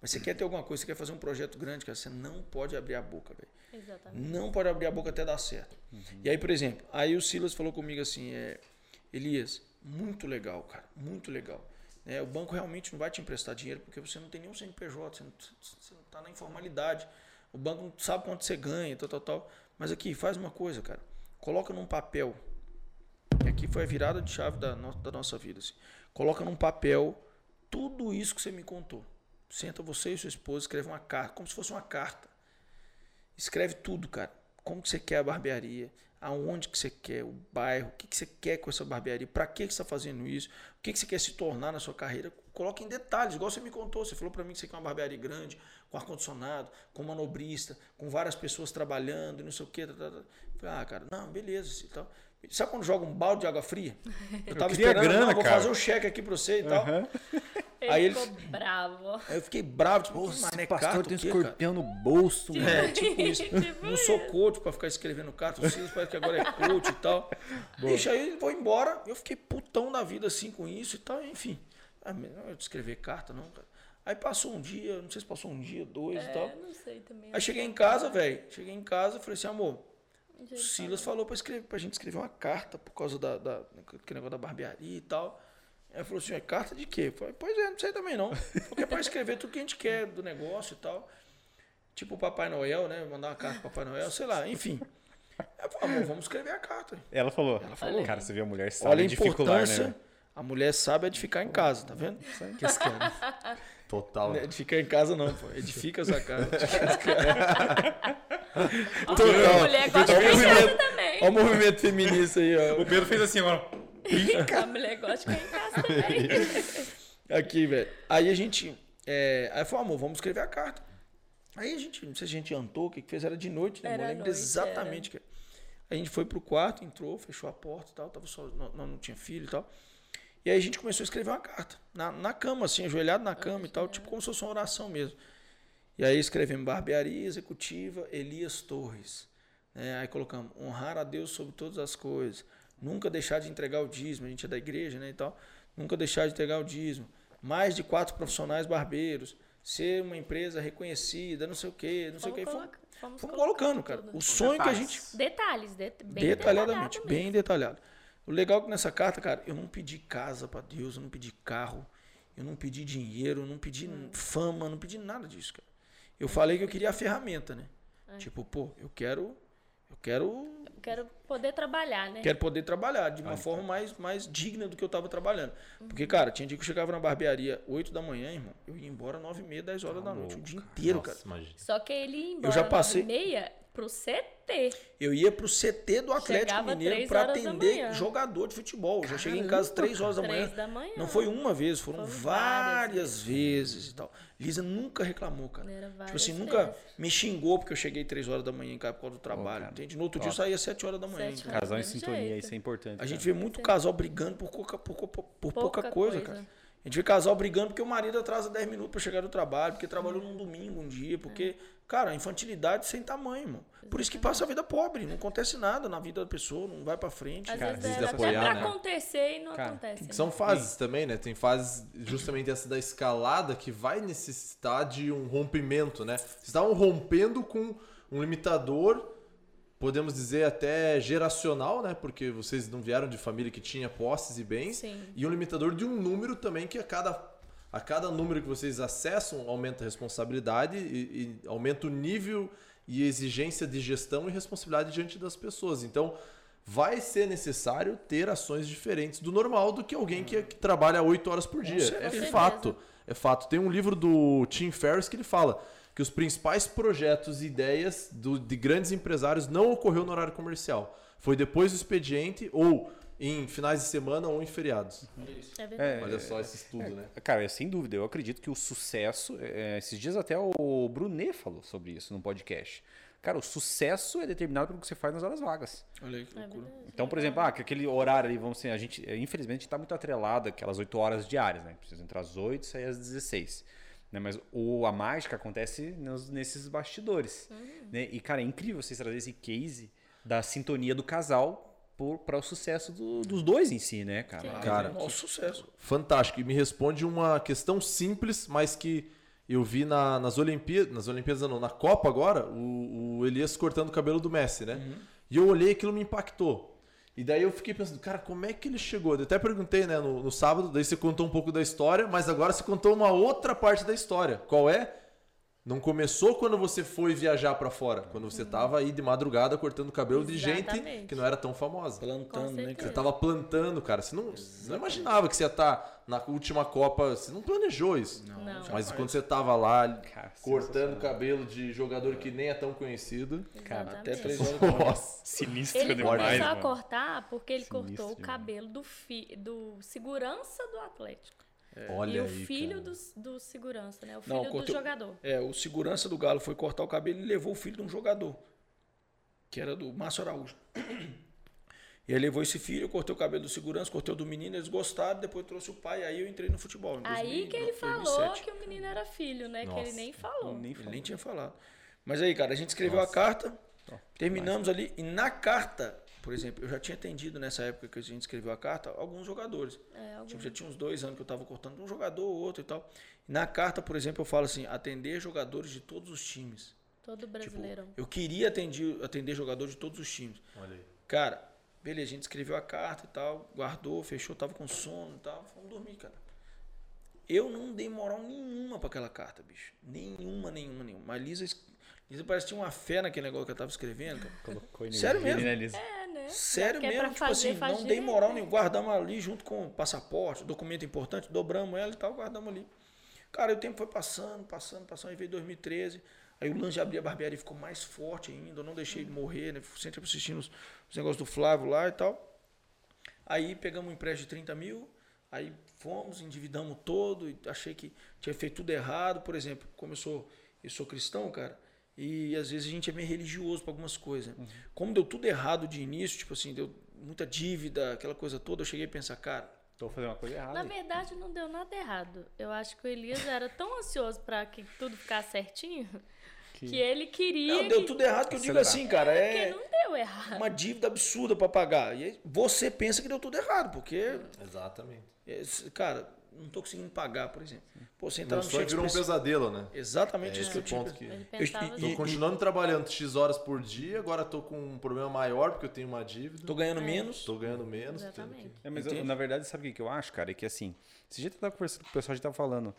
Speaker 2: Mas você quer ter alguma coisa, você quer fazer um projeto grande, cara, você não pode abrir a boca, velho.
Speaker 4: Exatamente.
Speaker 2: Não pode abrir a boca até dar certo. Uhum. E aí, por exemplo, aí o Silas falou comigo assim, é, Elias, muito legal, cara, muito legal. É, o banco realmente não vai te emprestar dinheiro porque você não tem nenhum C N P J, você não, você não tá na informalidade. O banco não sabe quanto você ganha, tal, tal, tal. Mas aqui, faz uma coisa, cara. Coloca num papel. E aqui foi a virada de chave da, no, da nossa vida. Assim. Coloca num papel tudo isso que você me contou. Senta você e sua esposa, escreve uma carta, como se fosse uma carta. Escreve tudo, cara. Como que você quer a barbearia, aonde que você quer, o bairro, o que, que você quer com essa barbearia, para que, que você está fazendo isso, o que, que você quer se tornar na sua carreira. Coloque em detalhes, igual você me contou. Você falou para mim que você quer uma barbearia grande, com ar-condicionado, com manobrista, com várias pessoas trabalhando, não sei o quê. Tá, tá, tá. Falei, ah, cara, não, beleza. Assim, tal. Sabe quando joga um balde de água fria? Eu tava
Speaker 1: eu
Speaker 2: esperando,
Speaker 1: grana,
Speaker 2: não, vou
Speaker 1: cara.
Speaker 2: fazer o cheque aqui para você e tal.
Speaker 1: Uhum.
Speaker 4: Ele
Speaker 2: Aí
Speaker 4: ficou
Speaker 2: ele,
Speaker 4: bravo.
Speaker 2: Aí eu fiquei bravo, tipo,
Speaker 1: Nossa,
Speaker 2: mas é
Speaker 1: pastor
Speaker 2: carta,
Speaker 1: tem
Speaker 2: o quê,
Speaker 1: escorpião no bolso,
Speaker 2: cara?
Speaker 1: mano.
Speaker 2: É, tipo isso.
Speaker 4: Tipo
Speaker 2: Não sou coach pra ficar escrevendo carta, o Silas parece que agora é coach e tal. Deixa aí, ele foi embora. Eu fiquei putão da vida assim com isso e tal, enfim. Ah, não eu escrever carta, não, cara. Aí passou um dia, não sei se passou um dia, dois
Speaker 4: É,
Speaker 2: e tal.
Speaker 4: não sei também.
Speaker 2: Aí cheguei em casa, velho. Cheguei em casa e falei assim, amor, o Silas falou pra, escrever, pra gente escrever uma carta por causa da, da, daquele negócio da barbearia e tal. Aí ele falou assim, é carta de quê? Eu falei, pois é, não sei também não. Porque é pra escrever tudo que a gente quer do negócio e tal. Tipo o Papai Noel, né? Mandar uma carta pro Papai Noel, sei lá, enfim. Eu falei, amor, vamos escrever a carta.
Speaker 1: Ela falou.
Speaker 2: Ela falou.
Speaker 1: Cara, você vê a mulher sabe
Speaker 2: Olha a
Speaker 1: dificular,
Speaker 2: importância.
Speaker 1: né?
Speaker 2: A mulher sabe edificar em casa, tá vendo? Que esse cara.
Speaker 3: Total.
Speaker 2: Não é edificar em casa não, pô. Edifica a sua casa.
Speaker 4: Ó,
Speaker 2: Total.
Speaker 4: a mulher gosta
Speaker 2: Olha
Speaker 4: de
Speaker 2: o
Speaker 4: ficar em
Speaker 2: movimento.
Speaker 4: casa também.
Speaker 2: Olha o movimento feminista aí, ó.
Speaker 1: O Pedro fez assim, agora.
Speaker 4: A mulher gosta de ficar em casa também.
Speaker 2: Aqui, velho. Aí a gente... É... Aí falou, amor, vamos escrever a carta. Aí a gente... Não sei se a gente jantou, o que que fez? Era de noite, né?
Speaker 4: Era
Speaker 2: Eu lembro
Speaker 4: noite,
Speaker 2: exatamente. Que... A gente foi pro quarto, entrou, fechou a porta e tal. Tava só... Não, não, não tinha filho e tal. E aí a gente começou a escrever uma carta. Na, na cama, assim, ajoelhado na cama e tal. Tipo como se fosse uma oração mesmo. E aí escrevemos barbearia executiva Elias Torres. É, aí colocamos honrar a Deus sobre todas as coisas. Nunca deixar de entregar o dízimo. A gente é da igreja, né, e tal. Nunca deixar de entregar o dízimo. Mais de quatro profissionais barbeiros. Ser uma empresa reconhecida, não sei o quê, não sei o quê. Fomos,
Speaker 4: Fomos
Speaker 2: fomos colocando, cara.
Speaker 4: tudo.
Speaker 2: O sonho que a gente...
Speaker 4: Detalhes, de, bem
Speaker 2: Detalhadamente,
Speaker 4: detalhado
Speaker 2: bem
Speaker 4: mesmo.
Speaker 2: detalhado. O legal é que nessa carta, cara, eu não pedi casa pra Deus, eu não pedi carro, eu não pedi dinheiro, eu não pedi
Speaker 4: Hum.
Speaker 2: fama, não pedi nada disso, cara. Eu falei que eu queria a ferramenta, né?
Speaker 4: É.
Speaker 2: Tipo, pô, eu quero... Eu quero...
Speaker 4: Eu quero poder trabalhar, né?
Speaker 2: Quero poder trabalhar de uma
Speaker 1: Ah,
Speaker 2: forma mais, mais digna do que eu tava trabalhando.
Speaker 4: Uhum.
Speaker 2: Porque, cara, tinha dia que eu chegava na barbearia oito da manhã, irmão. Eu ia embora nove e meia, dez horas da noite. O dia inteiro, cara.
Speaker 3: Nossa, imagina.
Speaker 4: Só que ele ia embora
Speaker 2: já passei-
Speaker 4: nove e meia pro C T.
Speaker 2: Eu ia pro C T do Atlético
Speaker 4: Chegava
Speaker 2: Mineiro
Speaker 4: três
Speaker 2: pra
Speaker 4: horas da
Speaker 2: atender
Speaker 4: manhã.
Speaker 2: jogador de futebol. Eu já cheguei em casa três horas da manhã.
Speaker 4: Três da manhã.
Speaker 2: Não foi uma vez, foram,
Speaker 4: Foram
Speaker 2: várias,
Speaker 4: várias
Speaker 2: vezes e tal. Lisa nunca reclamou, cara.
Speaker 4: Era
Speaker 2: Tipo
Speaker 4: várias
Speaker 2: assim, nunca
Speaker 4: vezes.
Speaker 2: me xingou porque eu cheguei três horas da manhã em casa por causa do trabalho.
Speaker 1: cara.
Speaker 2: entende? No outro dia eu saía sete horas da manhã.
Speaker 4: Sete
Speaker 2: entendeu?
Speaker 4: horas.
Speaker 1: Casal em
Speaker 4: Do mesmo
Speaker 1: sintonia,
Speaker 4: jeito.
Speaker 1: isso é importante.
Speaker 2: A gente
Speaker 1: cara.
Speaker 2: vê muito casal brigando por pouca, por, por, por pouca,
Speaker 4: Pouca
Speaker 2: coisa,
Speaker 4: coisa.
Speaker 2: cara. A gente vê casal brigando porque o marido atrasa dez minutos pra chegar do trabalho, porque trabalhou num domingo um dia, porque, cara, a infantilidade sem tamanho, irmão. Por isso que passa a vida pobre, não acontece nada na vida da pessoa, não vai pra frente.
Speaker 4: Às
Speaker 1: Cara,
Speaker 4: vezes
Speaker 3: precisa
Speaker 4: era até
Speaker 3: apoiar,
Speaker 4: pra
Speaker 3: né?
Speaker 4: acontecer e não
Speaker 1: Cara,
Speaker 4: acontece.
Speaker 3: Que são
Speaker 4: né?
Speaker 3: fases também, né? Tem fases justamente essa da escalada que vai necessitar de um rompimento, né? Vocês estavam rompendo com um limitador, podemos dizer até geracional, né? Porque vocês não vieram de família que tinha posses e bens.
Speaker 4: Sim.
Speaker 3: E um limitador de um número também que a cada, a cada número que vocês acessam aumenta a responsabilidade e, e aumenta o nível e exigência de gestão e responsabilidade diante das pessoas. Então, vai ser necessário ter ações diferentes do normal do que alguém que, que trabalha oito horas por dia. É
Speaker 4: certeza.
Speaker 3: fato. É fato. Tem um livro do Tim Ferriss que ele fala que os principais projetos e ideias do, de grandes empresários não ocorreu no horário comercial. Foi depois do expediente ou em finais de semana ou em feriados.
Speaker 4: É verdade.
Speaker 3: Olha só esse estudo, né?
Speaker 1: Cara, sem dúvida, eu acredito que o sucesso, é, esses dias até o Brunet falou sobre isso no podcast. Cara, o sucesso é determinado pelo que você faz nas horas vagas.
Speaker 2: Olha aí que
Speaker 4: É
Speaker 2: loucura.
Speaker 4: verdade.
Speaker 1: Então, por exemplo, ah, que aquele horário ali, vamos dizer, a gente, é, infelizmente, está muito atrelado aquelas oito horas diárias, né? Precisa entrar às oito e sair às dezesseis. Né? Mas o, a mágica acontece nos, nesses bastidores. Né? E, cara, é incrível vocês trazerem esse case da sintonia do casal para o sucesso do- dos dois em si, né, cara?
Speaker 4: Sim.
Speaker 3: Cara,
Speaker 2: Nosso sucesso.
Speaker 3: fantástico. E me responde uma questão simples, mas que eu vi na, nas Olimpíadas, nas Olimpíadas não, na Copa agora, o, o Elias cortando o cabelo do Messi, né? Uhum. E eu olhei e aquilo me impactou. E daí eu fiquei pensando, cara, como é que ele chegou? Eu até perguntei, né, no, no sábado, daí você contou um pouco da história, mas agora você contou uma outra parte da história. Qual é? Não começou quando você foi viajar pra fora, quando você tava aí de madrugada cortando o cabelo
Speaker 4: Exatamente.
Speaker 3: de gente que não era tão famosa.
Speaker 2: Plantando, né,
Speaker 3: Você
Speaker 2: cara?
Speaker 3: tava plantando, cara. Você não, você não imaginava que você ia estar na última Copa, você não planejou isso.
Speaker 4: Não.
Speaker 3: Mas
Speaker 2: jamais.
Speaker 3: quando você tava lá
Speaker 1: Cara,
Speaker 3: cortando o cabelo de jogador que nem é tão conhecido.
Speaker 1: Cara,
Speaker 4: Exatamente.
Speaker 2: Até três horas da manhã.
Speaker 3: Nossa.
Speaker 1: Sinistro
Speaker 4: Ele
Speaker 1: demais,
Speaker 4: começou a
Speaker 1: mano.
Speaker 4: cortar porque ele
Speaker 1: Sinistro
Speaker 4: cortou o
Speaker 1: demais.
Speaker 4: cabelo do, fi, do segurança do Atlético.
Speaker 3: Olha
Speaker 4: e o
Speaker 3: aí,
Speaker 4: filho
Speaker 3: cara.
Speaker 4: do, do segurança, né? O filho
Speaker 2: Não,
Speaker 4: do
Speaker 2: cortou-
Speaker 4: jogador.
Speaker 2: É, o segurança do Galo foi cortar o cabelo e levou o filho de um jogador, que era do Márcio Araújo. E aí levou esse filho, eu cortei o cabelo do segurança, cortei o do menino, eles gostaram, depois trouxe o pai, aí eu entrei no futebol. Em
Speaker 4: Aí que ele
Speaker 2: dois mil e
Speaker 4: falou
Speaker 2: sete.
Speaker 4: que o menino era filho, né? Que ele
Speaker 3: Nossa.
Speaker 4: nem falou.
Speaker 1: Nem
Speaker 2: Ele
Speaker 1: falou.
Speaker 2: nem tinha falado. Mas aí, cara, a gente escreveu a carta, terminamos ali, e na carta, por exemplo, eu já tinha atendido nessa época que a gente escreveu a carta, alguns jogadores.
Speaker 4: É, algum-
Speaker 2: Tipo, já tinha uns dois anos que eu tava cortando um jogador ou outro e tal. E na carta, por exemplo, eu falo assim, atender jogadores de todos os times.
Speaker 4: Todo
Speaker 2: Tipo,
Speaker 4: brasileirão.
Speaker 2: eu queria atender, atender jogador de todos os times.
Speaker 3: Olha aí.
Speaker 2: Cara, beleza, a gente escreveu a carta e tal, guardou, fechou, tava com sono e tal, fomos dormir, cara. Eu não dei moral nenhuma pra aquela carta, bicho. Nenhuma, nenhuma, nenhuma. Mas Lisa, Lisa parece que tinha uma fé naquele negócio que eu tava escrevendo, cara.
Speaker 1: Colocou
Speaker 2: Sério
Speaker 1: energia,
Speaker 2: mesmo?
Speaker 1: né, Liz?
Speaker 4: É, né?
Speaker 2: Sério
Speaker 4: Já que é
Speaker 2: mesmo,
Speaker 4: pra
Speaker 2: tipo
Speaker 4: fazer,
Speaker 2: assim,
Speaker 4: faz
Speaker 2: não dei
Speaker 4: direito,
Speaker 2: moral
Speaker 4: né?
Speaker 2: nenhuma. Guardamos ali junto com o passaporte, documento importante, dobramos ela e tal, guardamos ali. Cara, e o tempo foi passando, passando, passando, aí veio dois mil e treze. Aí o lance de abrir a barbearia ficou mais forte ainda, eu não deixei ele morrer, né? Sempre assistindo os, os negócios do Flávio lá e tal. Aí pegamos um empréstimo de trinta mil, aí fomos, endividamos todo, e achei que tinha feito tudo errado. Por exemplo, como eu sou, eu sou cristão, cara, e às vezes a gente é meio religioso para algumas coisas. Uhum. Como deu tudo errado de início, tipo assim, deu muita dívida, aquela coisa toda, eu cheguei a pensar, cara,
Speaker 1: Tô fazendo uma coisa errada.
Speaker 4: Na
Speaker 1: aí.
Speaker 4: verdade, não deu nada errado. Eu acho que o Elias era tão ansioso pra que tudo ficasse certinho que,
Speaker 1: Que-
Speaker 4: ele queria.
Speaker 2: não, deu
Speaker 4: que...
Speaker 2: tudo errado, que eu digo
Speaker 1: Acelerar.
Speaker 2: assim, cara,
Speaker 4: Porque
Speaker 2: é
Speaker 4: não deu errado.
Speaker 2: uma dívida absurda para pagar. E aí você pensa que deu tudo errado, porque,
Speaker 3: Exatamente.
Speaker 2: esse- cara, não tô conseguindo pagar, por exemplo. Pô, você entrar
Speaker 3: Meu
Speaker 2: no
Speaker 3: sonho
Speaker 2: cheque
Speaker 3: virou um
Speaker 2: expressivo.
Speaker 3: pesadelo, né?
Speaker 2: Exatamente
Speaker 3: É
Speaker 2: isso que eu
Speaker 3: esse
Speaker 2: tive.
Speaker 3: ponto que...
Speaker 4: Ele
Speaker 2: Eu-
Speaker 4: pensava
Speaker 2: e-
Speaker 3: Tô
Speaker 4: assim,
Speaker 3: continuando trabalhando X horas por dia, agora tô com um problema maior porque eu tenho uma dívida.
Speaker 2: Tô ganhando menos.
Speaker 3: Tô ganhando menos. tendo
Speaker 4: Exatamente.
Speaker 3: que-
Speaker 1: É, mas eu-
Speaker 2: Entende?
Speaker 1: na verdade, sabe o que que eu acho, cara? É que assim, esse jeito eu tava conversando com o pessoal, a gente tava falando.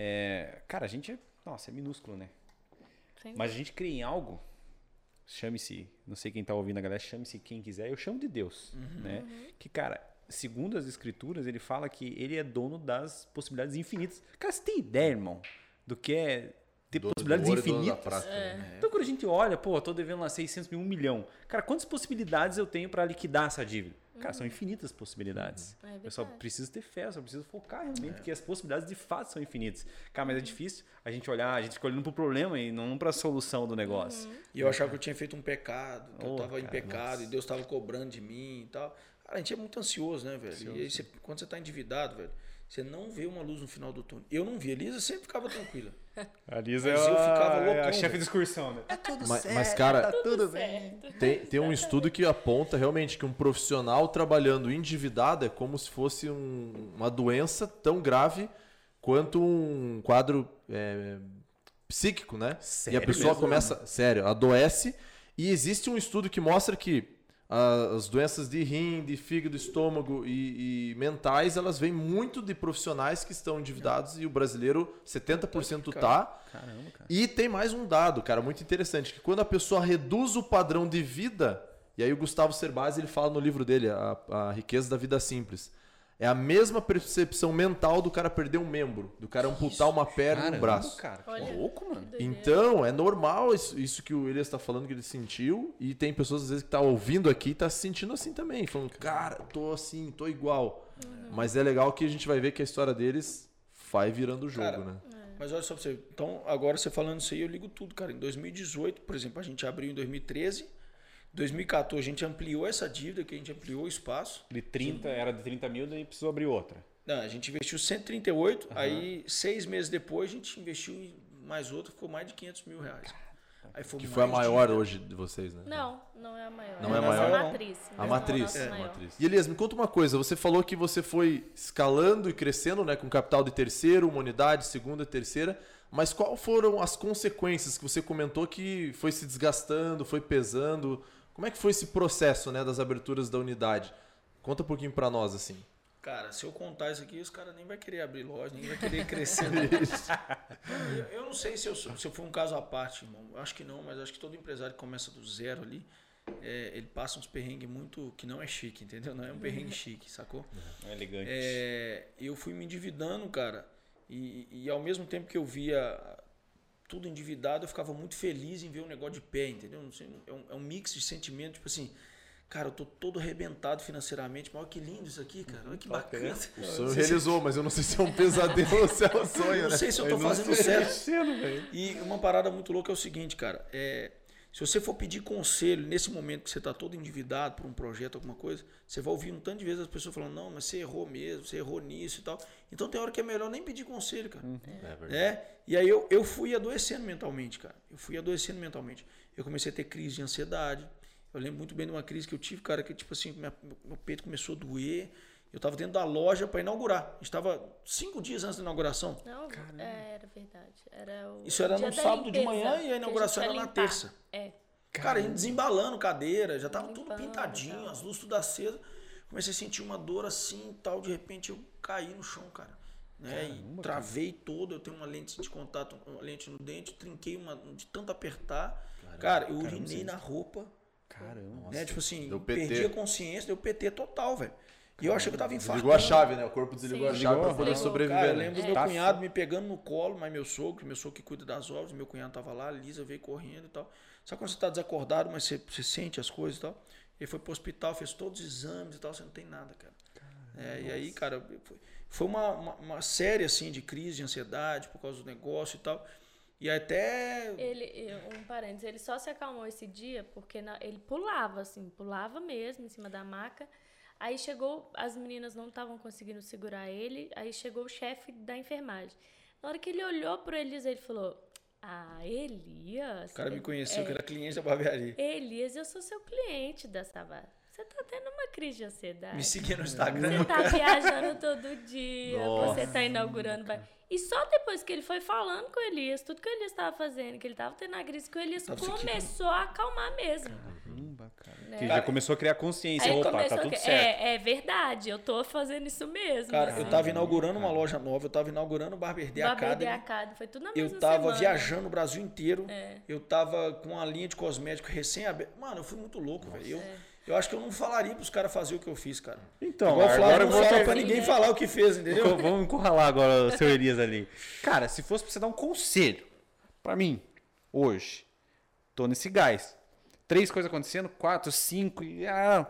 Speaker 1: é, cara, a gente é. Nossa, é minúsculo, né?
Speaker 4: Sim.
Speaker 1: Mas a gente cria em algo. Chame-se, não sei quem tá ouvindo a galera, chame-se quem quiser, eu chamo de Deus. Né? Que, cara, segundo as escrituras, ele fala que ele é dono das possibilidades infinitas. Cara, você tem ideia, irmão, do que é ter
Speaker 3: Dono do
Speaker 1: possibilidades
Speaker 3: ouro e dono da
Speaker 1: infinitas?
Speaker 3: prata, né?
Speaker 1: Então, quando a gente olha, pô, eu tô devendo lá seiscentos mil, um milhão. Cara, quantas possibilidades eu tenho para liquidar essa dívida? Cara, são infinitas possibilidades.
Speaker 4: É
Speaker 1: eu só
Speaker 4: verdade.
Speaker 1: preciso ter fé, eu só preciso focar realmente, porque as possibilidades de fato são infinitas. Cara, mas é difícil a gente olhar, a gente fica olhando pro problema e não pra solução do negócio.
Speaker 2: E eu achava que eu tinha feito um pecado, que eu
Speaker 1: Oh,
Speaker 2: tava em
Speaker 1: cara,
Speaker 2: pecado e Deus tava cobrando de mim e tal. Cara, a gente é muito ansioso, né, velho? E aí, você- quando você tá endividado, velho, você não vê uma luz no final do túnel. Eu não vi, a Lisa sempre ficava tranquila.
Speaker 1: A Lisa
Speaker 2: Mas
Speaker 1: é
Speaker 2: eu
Speaker 1: a,
Speaker 2: ficava
Speaker 1: é a
Speaker 2: loucão,
Speaker 1: chefe
Speaker 2: velho.
Speaker 1: de excursão, né? Tá tudo
Speaker 3: Mas,
Speaker 1: certo,
Speaker 3: mas, cara,
Speaker 1: tá tudo
Speaker 4: certo.
Speaker 1: bem.
Speaker 3: Tem, tem um estudo que aponta realmente que um profissional trabalhando endividado é como se fosse um- uma doença tão grave quanto um quadro é, psíquico, né?
Speaker 1: Sério
Speaker 3: e a pessoa
Speaker 1: mesmo?
Speaker 3: começa, sério, adoece. E existe um estudo que mostra que ah, as doenças de rim, de fígado, estômago e, e mentais, elas vêm muito de profissionais que estão endividados e o brasileiro, setenta por cento tá.
Speaker 1: Caramba, cara.
Speaker 3: E tem mais um dado, cara, muito interessante, que quando a pessoa reduz o padrão de vida, e aí o Gustavo Cerbasi, ele fala no livro dele, a, a Riqueza da Vida Simples, é a mesma percepção mental do cara perder um membro, do cara amputar uma perna e um
Speaker 1: Caramba,
Speaker 3: braço.
Speaker 1: cara. Que
Speaker 4: Olha.
Speaker 1: louco, mano.
Speaker 4: Doideira.
Speaker 3: Então, é normal isso, isso que o Elias está falando que ele sentiu, e tem pessoas às vezes que tá ouvindo aqui e tá se sentindo assim também, falando, cara, tô assim, tô igual. Mas é legal que a gente vai ver que a história deles vai virando o jogo,
Speaker 2: Cara,
Speaker 3: né?
Speaker 2: Mas olha só pra você. Então, agora você falando isso aí, eu ligo tudo, cara. Em dois mil e dezoito, por exemplo, a gente abriu em dois mil e treze. Em dois mil e quatorze, a gente ampliou essa dívida, que a gente ampliou o espaço.
Speaker 1: De trinta, era de trinta mil, daí precisou abrir outra.
Speaker 2: Não, a gente investiu cento e trinta e oito, aí seis meses depois a gente investiu em mais outra, ficou mais de quinhentos mil reais. Aí
Speaker 3: Que foi a
Speaker 2: mais
Speaker 3: maior
Speaker 2: dívida.
Speaker 3: hoje de vocês, né?
Speaker 4: Não, não é a maior.
Speaker 3: Não é a
Speaker 4: a nossa
Speaker 3: maior,
Speaker 2: não?
Speaker 4: matriz.
Speaker 3: A
Speaker 4: Não,
Speaker 3: matriz.
Speaker 4: nossa
Speaker 3: É.
Speaker 4: maior.
Speaker 3: matriz. E Elias, me conta uma coisa. Você falou que você foi escalando e crescendo, né, com capital de terceiro, uma unidade, segunda, terceira. Mas qual foram as consequências que você comentou que foi se desgastando, foi pesando? Como é que foi esse processo, né, das aberturas da unidade? Conta um pouquinho para nós, assim.
Speaker 2: Cara, se eu contar isso aqui, os caras nem vão querer abrir loja, nem vai querer crescer. eu, eu não sei se eu, se eu for um caso à parte, irmão. Acho que não, mas acho que todo empresário que começa do zero ali, é, ele passa uns perrengues muito que não é chique, entendeu? Não é um perrengue chique, sacou?
Speaker 1: É elegante.
Speaker 2: É, eu fui me endividando, cara, e, e ao mesmo tempo que eu via tudo endividado, eu ficava muito feliz em ver um negócio de pé, entendeu? Não sei, é, um, é um mix de sentimentos, tipo assim, cara, eu tô todo arrebentado financeiramente, mas olha que lindo isso aqui, cara, olha que bacana.
Speaker 3: O sonho realizou, mas eu não sei se é um pesadelo ou se é um sonho,
Speaker 2: Eu não
Speaker 3: né?
Speaker 2: sei se eu tô fazendo certo. E uma parada muito louca é o seguinte, cara, é... Se você for pedir conselho nesse momento que você está todo endividado por um projeto, alguma coisa, você vai ouvir um tanto de vezes as pessoas falando, não, mas você errou mesmo, você errou nisso e tal. Então tem hora que é melhor nem pedir conselho, cara. Uhum. É verdade. É? E aí eu, eu fui adoecendo mentalmente, cara. Eu fui adoecendo mentalmente. Eu comecei a ter crise de ansiedade. Eu lembro muito bem de uma crise que eu tive, cara, que tipo assim, minha, meu peito começou a doer. Eu estava dentro da loja para inaugurar. A gente estava cinco dias antes da inauguração.
Speaker 4: Não, é, era verdade. Era o
Speaker 2: Isso era no sábado de manhã e a inauguração era na terça.
Speaker 4: É.
Speaker 2: Cara, a gente desembalando cadeira, já tava tudo pintadinho, as luzes tudo acesas. Comecei a sentir uma dor assim e tal. De repente eu caí no chão, cara. Né? Caramba, e travei cara. todo. Eu tenho uma lente de contato, uma lente no dente. Trinquei uma, de tanto apertar. Caramba, cara, eu urinei caramba, na roupa.
Speaker 1: Caramba.
Speaker 2: Né? Tipo assim, perdi a consciência, deu P T total, velho. E eu achei que eu tava infartando.
Speaker 3: Desligou a chave, né? O corpo desligou Sim. a chave para poder sobreviver.
Speaker 2: Cara, eu lembro do meu tá cunhado me pegando no colo, mas meu sogro, meu sogro que cuida das obras, meu cunhado tava lá, a Lisa veio correndo e tal. Sabe quando você tá desacordado, mas você, você sente as coisas e tal? Ele foi pro hospital, fez todos os exames e tal, você não tem nada, cara. Caramba, é, e aí, cara, foi, foi uma, uma, uma série, assim, de crise, de ansiedade por causa do negócio e tal. E até...
Speaker 4: Ele, um parênteses, ele só se acalmou esse dia porque na, ele pulava, assim, pulava mesmo em cima da maca. Aí chegou, as meninas não estavam conseguindo segurar ele, aí chegou o chefe da enfermagem. Na hora que ele olhou pro Elias, ele falou, ah, Elias...
Speaker 2: O cara me conheceu, é, que era cliente da barbearia.
Speaker 4: Elias, eu sou seu cliente da Savara. Você tá tendo uma crise de ansiedade.
Speaker 2: Me seguir no Instagram.
Speaker 4: Você tá viajando todo dia, Nossa. Você tá inaugurando... E só depois que ele foi falando com o Elias, tudo que o Elias estava fazendo, que ele estava tendo a crise, que o Elias tava começou a acalmar mesmo.
Speaker 1: Caramba, cara. Né? Que já começou a criar consciência.
Speaker 4: Aí
Speaker 1: Opa, tá tudo
Speaker 4: que...
Speaker 1: certo.
Speaker 4: É, é verdade, eu tô fazendo isso mesmo.
Speaker 2: Cara, assim. eu tava inaugurando uma loja nova, eu tava inaugurando o Barber Day Academy.
Speaker 4: Barber Day Academy, foi tudo na mesma
Speaker 2: Eu tava
Speaker 4: semana.
Speaker 2: viajando o Brasil inteiro.
Speaker 4: É.
Speaker 2: Eu tava com uma linha de cosmético recém-aberta. Mano, eu fui muito louco, velho. Eu, é. eu acho que eu não falaria pros caras fazer o que eu fiz, cara.
Speaker 1: Então,
Speaker 2: Igual
Speaker 1: agora
Speaker 2: eu não falo pra ninguém falar o que fez, entendeu?
Speaker 1: Vamos encurralar agora o seu Elias ali. Cara, se fosse pra você dar um conselho pra mim, hoje, tô nesse gás. Três coisas acontecendo, quatro, cinco e... Ah,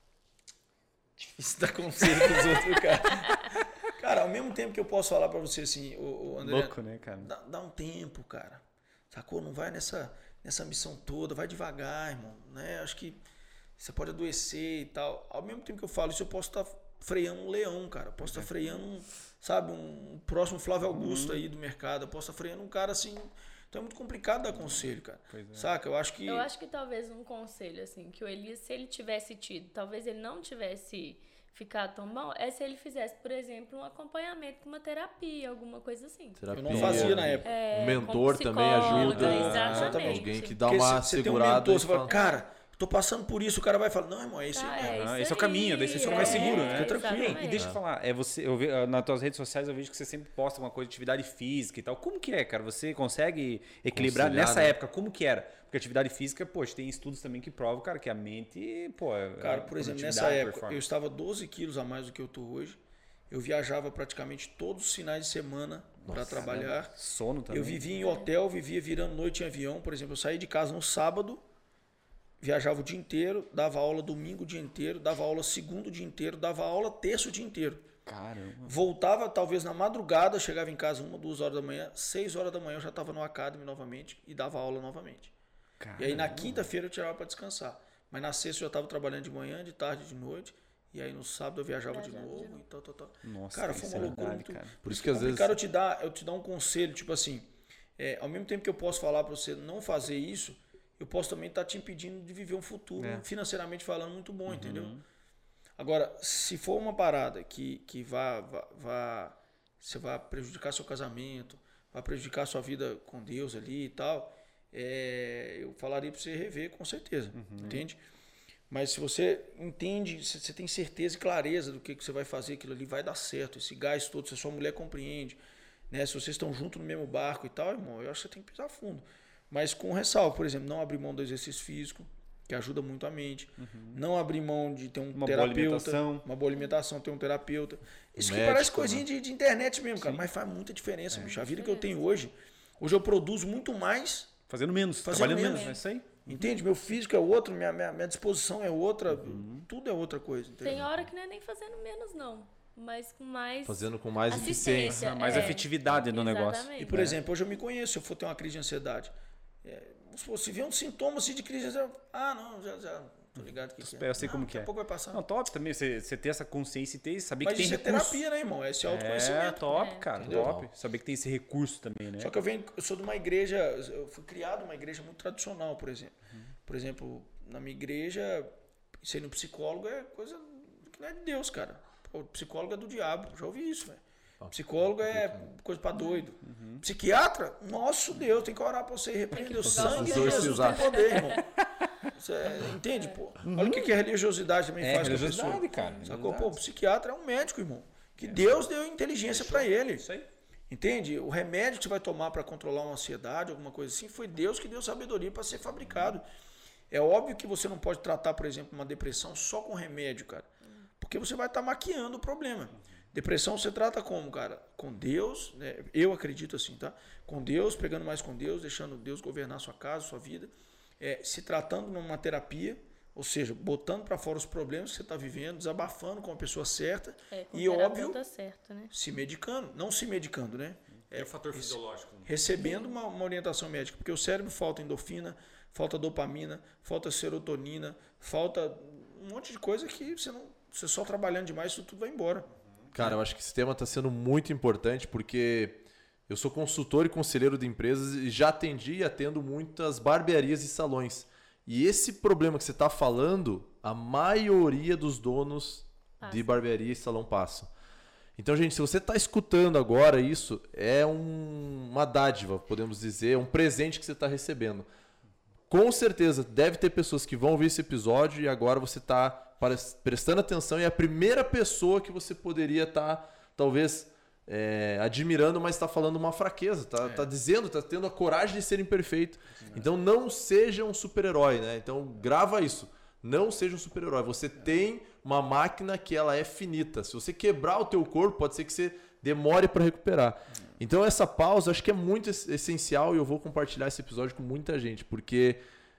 Speaker 2: difícil dar conselho pros outros, cara. Cara, ao mesmo tempo que eu posso falar pra você assim, o, o André...
Speaker 1: Louco, né, cara?
Speaker 2: Dá, dá um tempo, cara. Sacou? Não vai nessa, nessa missão toda, vai devagar, irmão. Né? Acho que você pode adoecer e tal. Ao mesmo tempo que eu falo isso, eu posso estar freando um leão, cara. Eu posso estar freando, um, sabe, um próximo Flávio Augusto uhum. aí do mercado. Eu posso estar freando um cara assim... Então é muito complicado dar conselho, cara. É. Saca? Eu acho que...
Speaker 4: Eu acho que talvez um conselho, assim, que o Elias, se ele tivesse tido, talvez ele não tivesse ficado tão bom, é se ele fizesse, por exemplo, um acompanhamento com uma terapia, alguma coisa assim.
Speaker 2: Terapia. Eu não fazia na época.
Speaker 3: É, um mentor também ajuda.
Speaker 4: Exatamente.
Speaker 3: Alguém que dá uma
Speaker 2: você
Speaker 3: segurada.
Speaker 2: Tem um mentor, você fala, cara... Tô passando por isso, o cara vai falar, não, irmão, é isso
Speaker 4: ah,
Speaker 2: aí.
Speaker 4: É
Speaker 1: ah, esse é o caminho, daí você fica mais seguro, né?
Speaker 2: Fica tranquilo.
Speaker 1: E deixa eu falar, é você, eu ve, nas tuas redes sociais eu vejo que você sempre posta uma coisa de atividade física e tal. Como que é, cara? Você consegue equilibrar
Speaker 3: Conciliar,
Speaker 1: nessa
Speaker 3: né?
Speaker 1: época? Como que era? Porque atividade física, poxa, tem estudos também que provam, cara, que a mente, pô...
Speaker 2: Cara, por exemplo, nessa época, eu estava doze quilos a mais do que eu tô hoje. Eu viajava praticamente todos os finais de semana para trabalhar.
Speaker 1: Sono também.
Speaker 2: Eu vivia em hotel, vivia virando noite em avião. Por exemplo, eu saí de casa no sábado, viajava o dia inteiro, dava aula domingo o dia inteiro, dava aula segundo o dia inteiro, dava aula terça o dia inteiro.
Speaker 1: Caramba.
Speaker 2: Voltava talvez na madrugada, chegava em casa uma, duas horas da manhã, seis horas da manhã eu já estava no Academy novamente e dava aula novamente. Caramba. E aí na quinta-feira eu tirava para descansar. Mas na sexta eu já estava trabalhando de manhã, de tarde, de noite. E aí no sábado eu viajava, viajava de novo de e tal, tal, tal.
Speaker 1: Nossa,
Speaker 2: cara, foi uma loucura.
Speaker 1: Verdade,
Speaker 2: muito...
Speaker 1: cara.
Speaker 3: Por isso que às vezes...
Speaker 2: eu te dar, eu te dar um conselho, tipo assim, é, ao mesmo tempo que eu posso falar para você não fazer isso, eu posso também estar te impedindo de viver um futuro, é. financeiramente falando, muito bom, uhum. entendeu? Agora, se for uma parada que, que vá, vá, vá, você vai prejudicar seu casamento, vai prejudicar a sua vida com Deus ali e tal, é, eu falaria para você rever com certeza, uhum. entende? Mas se você entende, se você tem certeza e clareza do que, que você vai fazer, aquilo ali vai dar certo, esse gás todo, se a sua mulher compreende, né? Se vocês estão juntos no mesmo barco e tal, irmão, eu acho que você tem que pisar fundo. Mas com ressalva, por exemplo, não abrir mão do exercício físico, que ajuda muito a mente. Uhum. Não abrir mão de ter um
Speaker 1: uma
Speaker 2: terapeuta,
Speaker 1: boa
Speaker 2: uma boa alimentação, ter um terapeuta. Isso
Speaker 3: médico,
Speaker 2: que parece coisinha
Speaker 3: né?
Speaker 2: de, de internet mesmo, cara, Sim. mas faz muita diferença, é, bicho. A vida diferença. que eu tenho hoje, hoje eu produzo muito mais...
Speaker 1: Fazendo menos,
Speaker 2: fazendo
Speaker 1: trabalhando menos,
Speaker 2: menos.
Speaker 1: é isso aí.
Speaker 2: Entende? Meu físico é outro, minha, minha, minha disposição é outra, uhum. tudo é outra coisa. Entende?
Speaker 4: Tem hora que não é nem fazendo menos, não. Mas com mais...
Speaker 3: Fazendo com mais eficiência.
Speaker 1: Ah, mais
Speaker 4: é,
Speaker 1: efetividade no
Speaker 4: exatamente.
Speaker 1: negócio.
Speaker 2: E, por
Speaker 1: é.
Speaker 2: exemplo, hoje eu me conheço, se eu for ter uma crise de ansiedade. É, se vier um sintoma assim, de crise, eu, ah, não, já, já tô ligado que, que é.
Speaker 1: Eu sei
Speaker 2: não,
Speaker 1: como que é.
Speaker 2: Daqui a pouco vai passar.
Speaker 1: Não, top também, você, você ter essa consciência e ter, saber
Speaker 2: Mas
Speaker 1: que tem
Speaker 2: isso
Speaker 1: recurso.
Speaker 2: é terapia, né, irmão? É esse autoconhecimento.
Speaker 1: É, top,
Speaker 4: é.
Speaker 1: cara,
Speaker 2: Entendeu?
Speaker 1: top. Saber que tem esse recurso também, né?
Speaker 2: Só que eu venho, eu sou de uma igreja, eu fui criado numa igreja muito tradicional, por exemplo. Uhum. Por exemplo, na minha igreja, sendo psicólogo é coisa que não é de Deus, cara. O psicólogo é do diabo, já ouvi isso, velho. Psicólogo é coisa pra doido. Uhum. Psiquiatra, nosso Deus, tem que orar pra você e repreender o sangue de Jesus tem poder, irmão. Você entende, pô? Uhum. Olha o que a religiosidade também
Speaker 1: é,
Speaker 2: faz com a
Speaker 1: religiosidade,
Speaker 2: pessoa.
Speaker 1: cara.
Speaker 2: Sacou? Pô, o psiquiatra é um médico, irmão. Que é. Deus deu inteligência para ele.
Speaker 1: Isso aí.
Speaker 2: Entende? O remédio que você vai tomar para controlar uma ansiedade, alguma coisa assim, foi Deus que deu sabedoria para ser fabricado. É óbvio que você não pode tratar, por exemplo, uma depressão só com remédio, cara. Porque você vai estar tá maquiando o problema. Depressão você trata como, cara? Com Deus, né? Eu acredito assim, tá? Com Deus, pegando mais com Deus, deixando Deus governar sua casa, sua vida. É, se tratando numa terapia, ou seja, botando para fora os problemas que você está vivendo, desabafando com a pessoa certa.
Speaker 4: É, com
Speaker 2: e óbvio,
Speaker 4: certo, né?
Speaker 2: se medicando. Não se medicando, né?
Speaker 1: É, é o fator fisiológico.
Speaker 2: Recebendo uma, uma orientação médica. Porque o cérebro falta endorfina, falta dopamina, falta serotonina, falta um monte de coisa que você, não, você só trabalhando demais, isso tudo vai embora.
Speaker 3: Cara, eu acho que esse tema está sendo muito importante porque eu sou consultor e conselheiro de empresas e já atendi e atendo muitas barbearias e salões. E esse problema que você está falando, a maioria dos donos Passa. de barbearia e salão passam. Então, gente, se você está escutando agora isso, é um, uma dádiva, podemos dizer, é um presente que você está recebendo. Com certeza, deve ter pessoas que vão ouvir esse episódio e agora você está prestando atenção e é a primeira pessoa que você poderia estar, tá, talvez, é, admirando, mas está falando uma fraqueza, está é. tá dizendo, está tendo a coragem de ser imperfeito. Sim, então, não seja um super-herói, né? Então, grava isso. Não seja um super-herói. Você é. tem uma máquina que ela é finita. Se você quebrar o teu corpo, pode ser que você demore para recuperar. É. Então, essa pausa acho que é muito essencial e eu vou compartilhar esse episódio com muita gente, porque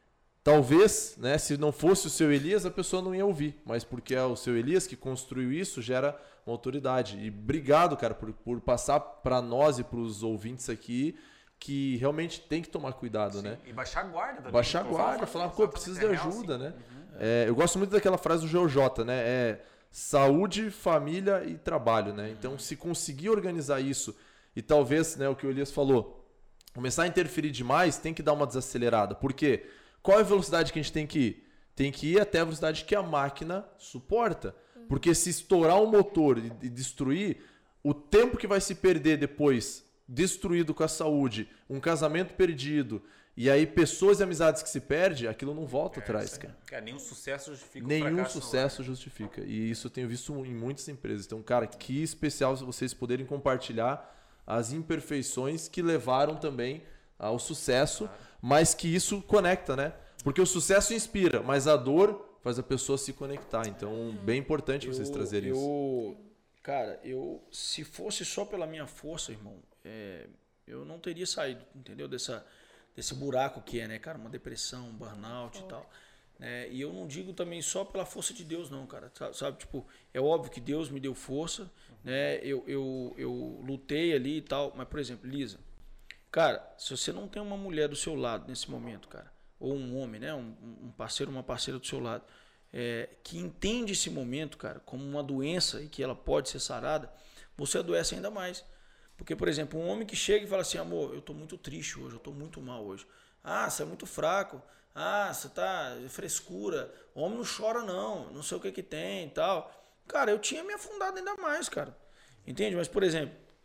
Speaker 3: talvez, né, se não fosse o seu Elias, a pessoa não ia ouvir, mas porque é o seu Elias que construiu isso, gera uma autoridade. E obrigado, cara, por, por passar para nós e para os ouvintes aqui que realmente tem que tomar cuidado, Sim. né?
Speaker 1: E baixar a guarda também.
Speaker 3: Baixar a guarda, falar, pô, preciso de ajuda, né? Uhum. É, eu gosto muito daquela frase do G O J, né? É saúde, família e trabalho, né? Então, se conseguir organizar isso e talvez, né, o que o Elias falou, começar a interferir demais, tem que dar uma desacelerada. Por quê? Qual é a velocidade que a gente tem que ir? Tem que ir até a velocidade que a máquina suporta. Porque se estourar um motor e destruir, o tempo que vai se perder depois, destruído com a saúde, um casamento perdido, e aí pessoas e amizades que se perdem, aquilo não volta é, atrás, cara.
Speaker 1: cara. Nenhum sucesso justifica
Speaker 3: Nenhum
Speaker 1: o fracasso
Speaker 3: sucesso justifica. E isso eu tenho visto em muitas empresas. Então, cara, que especial se vocês poderem compartilhar as imperfeições que levaram também ao sucesso, claro. Mas que isso conecta, né? Porque o sucesso inspira, mas a dor faz a pessoa se conectar. Então, bem importante vocês
Speaker 2: eu,
Speaker 3: trazerem
Speaker 2: eu,
Speaker 3: isso.
Speaker 2: Cara, eu se fosse só pela minha força, irmão, é, eu não teria saído, entendeu? Dessa, desse buraco que é, né, cara? Uma depressão, um burnout e tal. Né? E eu não digo também só pela força de Deus, não, cara. Sabe, sabe? Tipo, é óbvio que Deus me deu força, uhum. né? Eu, eu, eu lutei ali e tal. Mas, por exemplo, Lisa, cara, se você não tem uma mulher do seu lado nesse momento, cara, ou um homem, né, um, um parceiro, uma parceira do seu lado, é, que entende esse momento, cara, como uma doença e que ela pode ser sarada, você adoece ainda mais. Porque, por exemplo, um homem que chega e fala assim, amor, eu tô muito triste hoje, eu tô muito mal hoje. Ah, você é muito fraco. Ah, você tá frescura. O homem não chora não, não sei o que que tem e tal. Cara, eu tinha me afundado ainda mais, cara. Entende? Mas, por exemplo,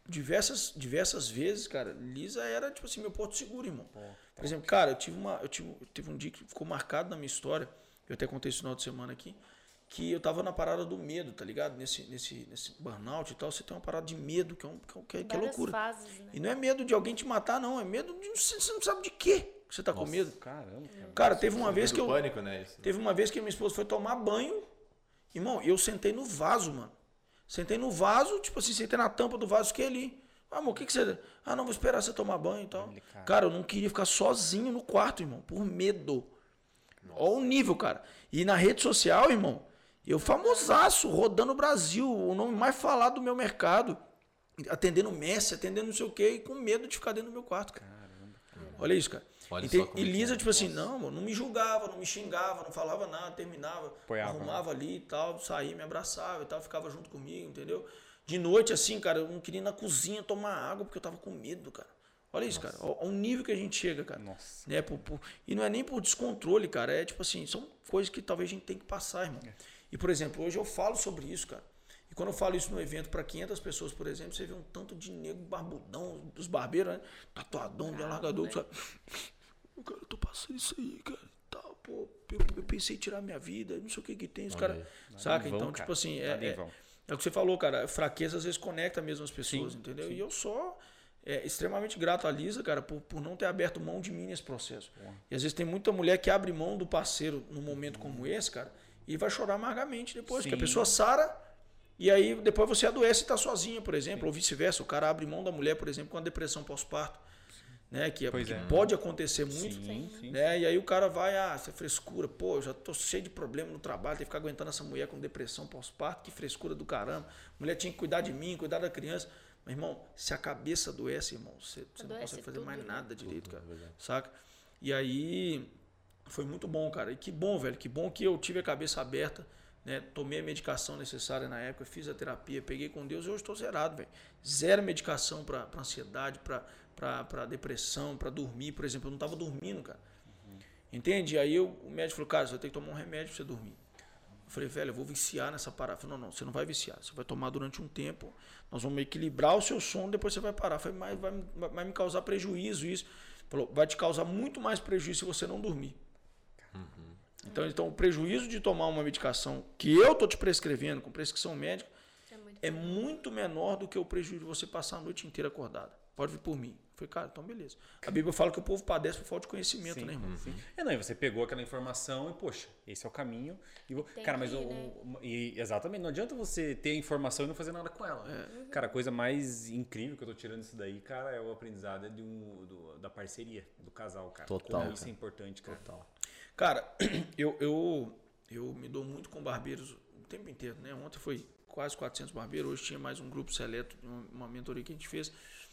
Speaker 2: diversas, diversas vezes, cara, Lisa era, tipo assim, meu porto seguro, irmão. Por exemplo, cara, eu tive, uma, eu tive, eu tive um dia que ficou marcado na minha história, eu até contei esse final de semana aqui, que eu tava na parada do medo, tá ligado? Nesse, nesse, nesse burnout e tal, você tem uma parada de medo, que é, um, que é, que é loucura.
Speaker 4: Fases, né?
Speaker 2: E não é medo de alguém te matar, não, é medo de você, você não sabe de quê que você tá
Speaker 3: Nossa,
Speaker 2: com medo.
Speaker 1: Caramba, cara.
Speaker 2: Cara, teve uma vez que eu...
Speaker 3: Pânico, né? Isso.
Speaker 2: Teve uma vez que minha esposa foi tomar banho, irmão, eu sentei no vaso, mano. Sentei no vaso, tipo assim, sentei na tampa do vaso, fiquei ali. Ah, amor, o que, que você... Ah, não, vou esperar você tomar banho e tal.
Speaker 1: Cara.
Speaker 2: Cara, eu não queria ficar sozinho no quarto, irmão, por medo. Olha o nível, cara. E na rede social, irmão, eu famosaço, rodando o Brasil, o nome mais falado do meu mercado. Atendendo Messi, atendendo não sei o quê, e com medo de ficar dentro do meu quarto, cara.
Speaker 1: Caramba.
Speaker 2: Olha isso, cara.
Speaker 3: Olha
Speaker 2: e, tem,
Speaker 3: só como
Speaker 2: e
Speaker 3: é que
Speaker 2: Lisa,
Speaker 3: é.
Speaker 2: tipo assim, não, mano, não me julgava, não me xingava, não falava nada, terminava,
Speaker 1: Apoiava,
Speaker 2: arrumava ali e tal, saía, me abraçava e tal, ficava junto comigo, entendeu? De noite, assim, cara, eu não queria ir na cozinha tomar água porque eu tava com medo, cara. Olha isso, Nossa. cara. Olha o nível que a gente chega, cara.
Speaker 1: Nossa.
Speaker 2: Né? Por, por, e não é nem por descontrole, cara. É tipo assim, são coisas que talvez a gente tem que passar, irmão. É. E, por exemplo, hoje eu falo sobre isso, cara. E quando eu falo isso no evento para quinhentas pessoas, por exemplo, você vê um tanto de negro barbudão, dos barbeiros, né? Tatuadão, de alargador, né? Sabe? Cara, eu tô passando isso aí, cara. Tá, pô, eu, eu pensei em tirar minha vida, não sei o que que tem, os caras. Saca? Vão, então, cara. tipo assim, é, é, é o que você falou, cara. Fraqueza às vezes conecta mesmo as pessoas, sim, entendeu? Sim. E eu sou é, extremamente grato a Lisa, cara, por, por não ter aberto mão de mim nesse processo. Uhum. E às vezes tem muita mulher que abre mão do parceiro num momento uhum. como esse, cara, e vai chorar amargamente depois, sim. porque a pessoa sara. E aí depois você adoece e está sozinha, por exemplo, sim. ou vice-versa. O cara abre mão da mulher, por exemplo, com a depressão pós-parto, né? Que, que é. pode acontecer muito. Sim, sim, né? Sim. E aí o cara vai, ah, essa frescura, pô, eu já tô cheio de problema no trabalho, tem que ficar aguentando essa mulher com depressão pós-parto, que frescura do caramba. A mulher tinha que cuidar de mim, cuidar da criança. Mas, irmão, se a cabeça adoece, irmão, você, você não consegue fazer tudo, mais nada direito, cara. Tudo, saca? E aí foi muito bom, cara. E que bom, velho, que bom que eu tive a cabeça aberta. Né? Tomei a medicação necessária na época, fiz a terapia, peguei com Deus e hoje estou zerado, velho. Zero medicação para ansiedade, para depressão, para dormir, por exemplo. Eu não estava dormindo, cara. Uhum. Entende? Aí eu, o médico falou, cara, você vai ter que tomar um remédio para você dormir. Eu falei, velho, eu vou viciar nessa parada. Eu falei, não, não, você não vai viciar, você vai tomar durante um tempo, nós vamos equilibrar o seu sono, depois você vai parar. Eu falei, mas vai, vai, vai me causar prejuízo isso. Ele falou, vai te causar muito mais prejuízo se você não dormir. Uhum. Então, então, o prejuízo de tomar uma medicação que eu estou te prescrevendo com prescrição médica é muito, é muito menor do que o prejuízo de você passar a noite inteira acordado. Pode vir por mim. Eu falei, cara, então beleza. A Bíblia fala que o povo padece por falta de conhecimento, sim, né, irmão?
Speaker 1: Sim. É, não, e você pegou aquela informação e, poxa, esse é o caminho. E, cara, mas ir, o, né? o, e, exatamente, não adianta você ter a informação e não fazer nada com ela. É. Uhum. Cara, a coisa mais incrível que eu tô tirando isso daí, cara, é o aprendizado de um, do, da parceria, do casal, cara.
Speaker 3: Total.
Speaker 1: Como isso é importante, cara. Total.
Speaker 2: Cara, eu, eu, eu me dou muito com barbeiros o tempo inteiro, né? Ontem foi quase quatrocentos barbeiros, hoje tinha mais um grupo seleto, uma, uma mentoria que a gente fez.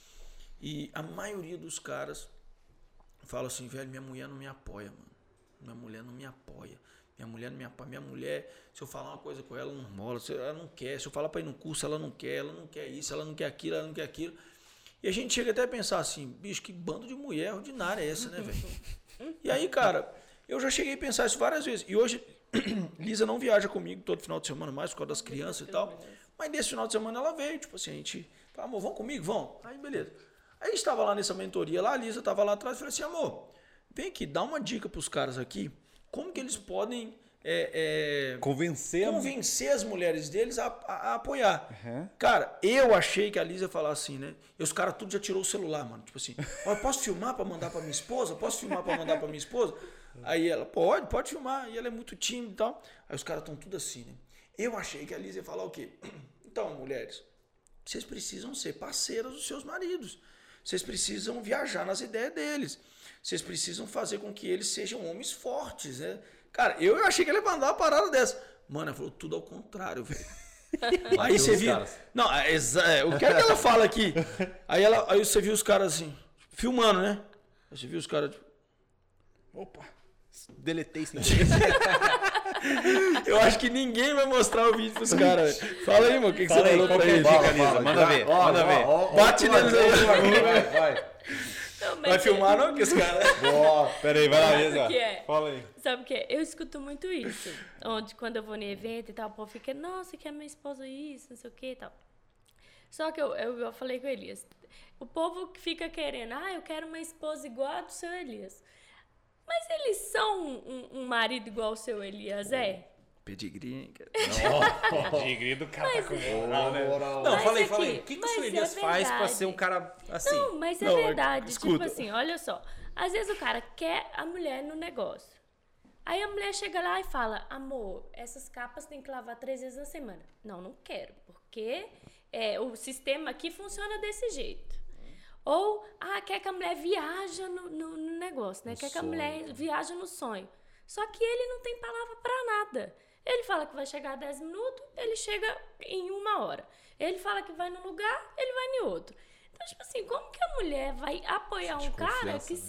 Speaker 2: E a maioria dos caras fala assim, velho, minha mulher não me apoia, mano. Minha mulher não me apoia. Minha mulher não me apoia. Minha mulher, se eu falar uma coisa com ela, não rola. Ela não quer. Se eu falar pra ir no curso, ela não quer. Ela não quer isso, ela não quer aquilo, ela não quer aquilo. E a gente chega até a pensar assim, bicho, que bando de mulher ordinária é essa, né, velho? E aí, cara... Eu já cheguei a pensar isso várias vezes. E hoje, Lisa não viaja comigo todo final de semana mais, por causa das crianças e tal. Mas nesse final de semana ela veio, tipo assim, a gente... Falou, amor, vamos comigo? Vamos. Aí, beleza. Aí a gente estava lá nessa mentoria lá, a Lisa estava lá atrás e falei assim, amor, vem aqui, dá uma dica para os caras aqui, como que eles podem... É, é,
Speaker 1: convencer,
Speaker 2: convencer as mulheres deles a, a, a apoiar. Uhum. Cara, eu achei que a Lisa ia falar assim, né? E os caras tudo já tirou o celular, mano. Tipo assim, eu posso filmar para mandar para minha esposa? Posso filmar para mandar para minha esposa? Aí ela, pode, pode filmar. E ela é muito tímida e tal. Aí os caras estão tudo assim, né? Eu achei que a Lisa ia falar o quê? Então, mulheres, vocês precisam ser parceiras dos seus maridos. Vocês precisam viajar nas ideias deles. Vocês precisam fazer com que eles sejam homens fortes, né? Cara, eu achei que ele ia mandar uma parada dessa. Mano, ela falou tudo ao contrário, velho. Aí você viu... Não, é, é, o que é que ela fala aqui? Aí, ela, aí você viu os caras assim, filmando, né? Aí você viu os caras... Tipo,
Speaker 1: opa, deletei sem
Speaker 2: Eu acho que ninguém vai mostrar o vídeo pros caras. Fala aí, mano, o que, que você falou pra eles?
Speaker 1: Manda ver, manda ver.
Speaker 2: Bate neles aí.
Speaker 3: Vai, vai.
Speaker 4: Não,
Speaker 2: vai filmar não, que esse cara...
Speaker 1: Pera aí, vai lá, Lisa.
Speaker 4: É?
Speaker 1: Fala aí.
Speaker 4: Sabe o que é? Eu escuto muito isso. Onde quando eu vou em evento e tal, o povo fica, nossa, que é minha esposa isso, não sei o que e tal. Só que eu, eu, eu falei com o Elias, o povo que fica querendo, ah, eu quero uma esposa igual a do seu Elias. Mas eles são um, um, um marido igual ao seu Elias, é?
Speaker 2: Pedigree, cara.
Speaker 1: Pedigree do cara tá com
Speaker 3: moral, né?
Speaker 1: Não,
Speaker 4: Mas
Speaker 1: falei,
Speaker 4: aqui,
Speaker 1: falei. O que, que o
Speaker 4: mas
Speaker 1: seu
Speaker 4: é
Speaker 1: Elias faz pra
Speaker 4: verdade.
Speaker 1: ser um cara assim?
Speaker 4: Não, mas é
Speaker 2: Não, é-
Speaker 4: verdade.
Speaker 2: escuta.
Speaker 4: Tipo assim, olha só. Às vezes o cara quer a mulher no negócio. Aí a mulher chega lá e fala, amor, essas capas tem que lavar três vezes na semana. Não, não quero, porque é, o sistema aqui funciona desse jeito. Ou, ah, quer que a mulher viaja no, no, no negócio, né?
Speaker 3: No
Speaker 4: quer que a
Speaker 3: sonho.
Speaker 4: mulher viaja no sonho. Só que ele não tem palavra pra nada. Ele fala que vai chegar a dez minutos, ele chega em uma hora. Ele fala que vai num lugar, ele vai em outro. Então, tipo assim, como que a mulher vai apoiar
Speaker 3: Sente
Speaker 4: um cara
Speaker 3: confiança,
Speaker 4: que
Speaker 3: né?
Speaker 4: se...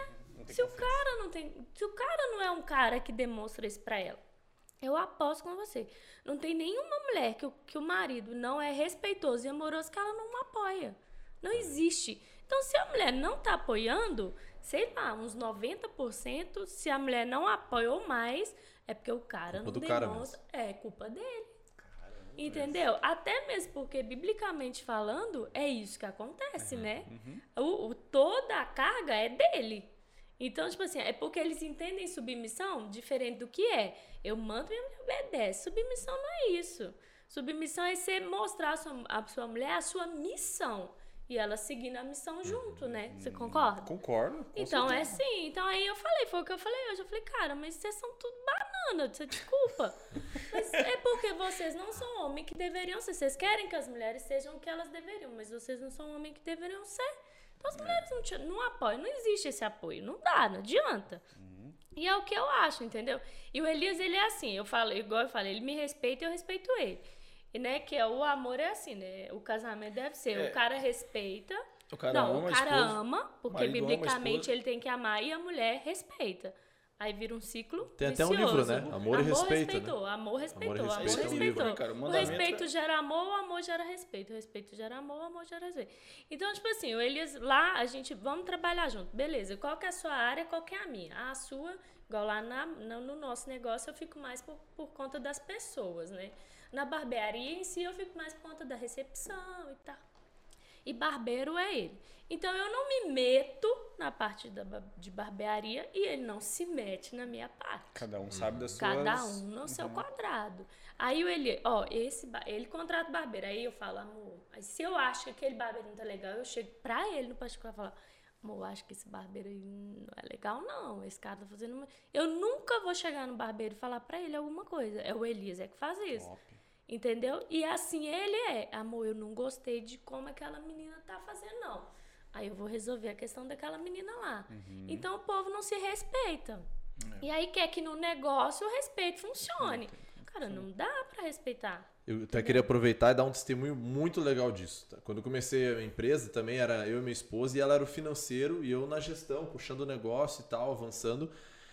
Speaker 4: É, se o cara não tem... Se o cara não é um cara que demonstra isso pra ela, eu aposto com você. Não tem nenhuma mulher que o, que o marido não é respeitoso e amoroso que ela não apoia. Não existe. Então, se a mulher não tá apoiando, sei lá, uns noventa por cento, se a mulher não apoiou mais, é porque o cara
Speaker 3: Culpa
Speaker 4: não
Speaker 3: do cara
Speaker 4: demonstra. É culpa dele. Entendeu? Até mesmo porque, biblicamente falando, é isso que acontece, né? O, o- toda a carga é dele. Então, tipo assim, é porque eles entendem submissão diferente do que é. Eu mando e minha mulher obedece. Submissão não é isso. Submissão é você mostrar a sua, a sua mulher a sua missão. E ela seguindo a missão junto, né? Você concorda?
Speaker 1: Concordo. com
Speaker 4: Então é
Speaker 1: certeza.
Speaker 4: assim. Então aí eu falei, foi o que eu falei hoje. Eu falei, cara, mas vocês são tudo banana, você desculpa. Mas é porque vocês não são homens que deveriam ser. Vocês querem que as mulheres sejam o que elas deveriam, mas vocês não são homens que deveriam ser. Então as mulheres não, te- não apoiam, não existe esse apoio. Não dá, não adianta. E é o que eu acho, entendeu? E o Elias, ele é assim, eu falo, igual eu falei, ele me respeita e eu respeito ele. E, né, que é, o amor é assim, né? O casamento deve ser,
Speaker 2: É.
Speaker 4: o cara respeita.
Speaker 2: O cara
Speaker 4: não,
Speaker 2: ama
Speaker 4: o
Speaker 2: a
Speaker 4: cara
Speaker 2: esposa,
Speaker 4: ama, porque
Speaker 2: marido ama a
Speaker 4: biblicamente
Speaker 2: esposa.
Speaker 4: ele tem que amar e a mulher respeita. Aí vira um ciclo
Speaker 3: Tem até um
Speaker 4: vicioso.
Speaker 3: livro, né? Amor e respeito,
Speaker 4: respeitou,
Speaker 3: né?
Speaker 4: Amor respeitou,
Speaker 3: Amor e
Speaker 4: amor
Speaker 3: respeito é um
Speaker 4: respeitou.
Speaker 3: livro,
Speaker 2: né, cara? O
Speaker 4: O
Speaker 2: mandamento
Speaker 4: respeito
Speaker 2: é-
Speaker 4: gera amor, o amor gera respeito. O respeito gera amor, o amor gera respeito. Então, tipo assim, o Elias, lá a gente, vamos trabalhar junto. Beleza, qual que é a sua área, qual que é a minha? Ah, a sua, igual lá na, na- no nosso negócio, eu fico mais por, por conta das pessoas, né? Na barbearia em si, eu fico mais por conta da recepção e tal. E barbeiro é ele. Então, eu não me meto na parte da, ba- de barbearia e ele não se mete na minha parte.
Speaker 1: Cada um sabe das suas...
Speaker 4: Cada um no seu quadrado. Aí o ele, ó, esse, ba- ele contrata o barbeiro. Aí eu falo, amor, aí se eu acho que aquele barbeiro não tá legal, eu chego pra ele no particular e falo, amor, eu acho que esse barbeiro aí não é legal, não. Esse cara tá fazendo... uma-" Eu nunca vou chegar no barbeiro e falar pra ele alguma coisa. É o Elias é que faz isso.
Speaker 1: Top.
Speaker 4: Entendeu? E assim ele é. Amor, eu não gostei de como aquela menina tá fazendo, não. Aí eu vou resolver a questão daquela menina lá. Então o povo não se respeita. E aí quer que no negócio o respeito funcione. Cara, não dá pra respeitar.
Speaker 3: Eu até queria aproveitar e dar um testemunho muito legal disso. tá? Quando eu comecei a minha empresa, também era eu e minha esposa, e ela era o financeiro e eu na gestão, puxando o negócio e tal, avançando.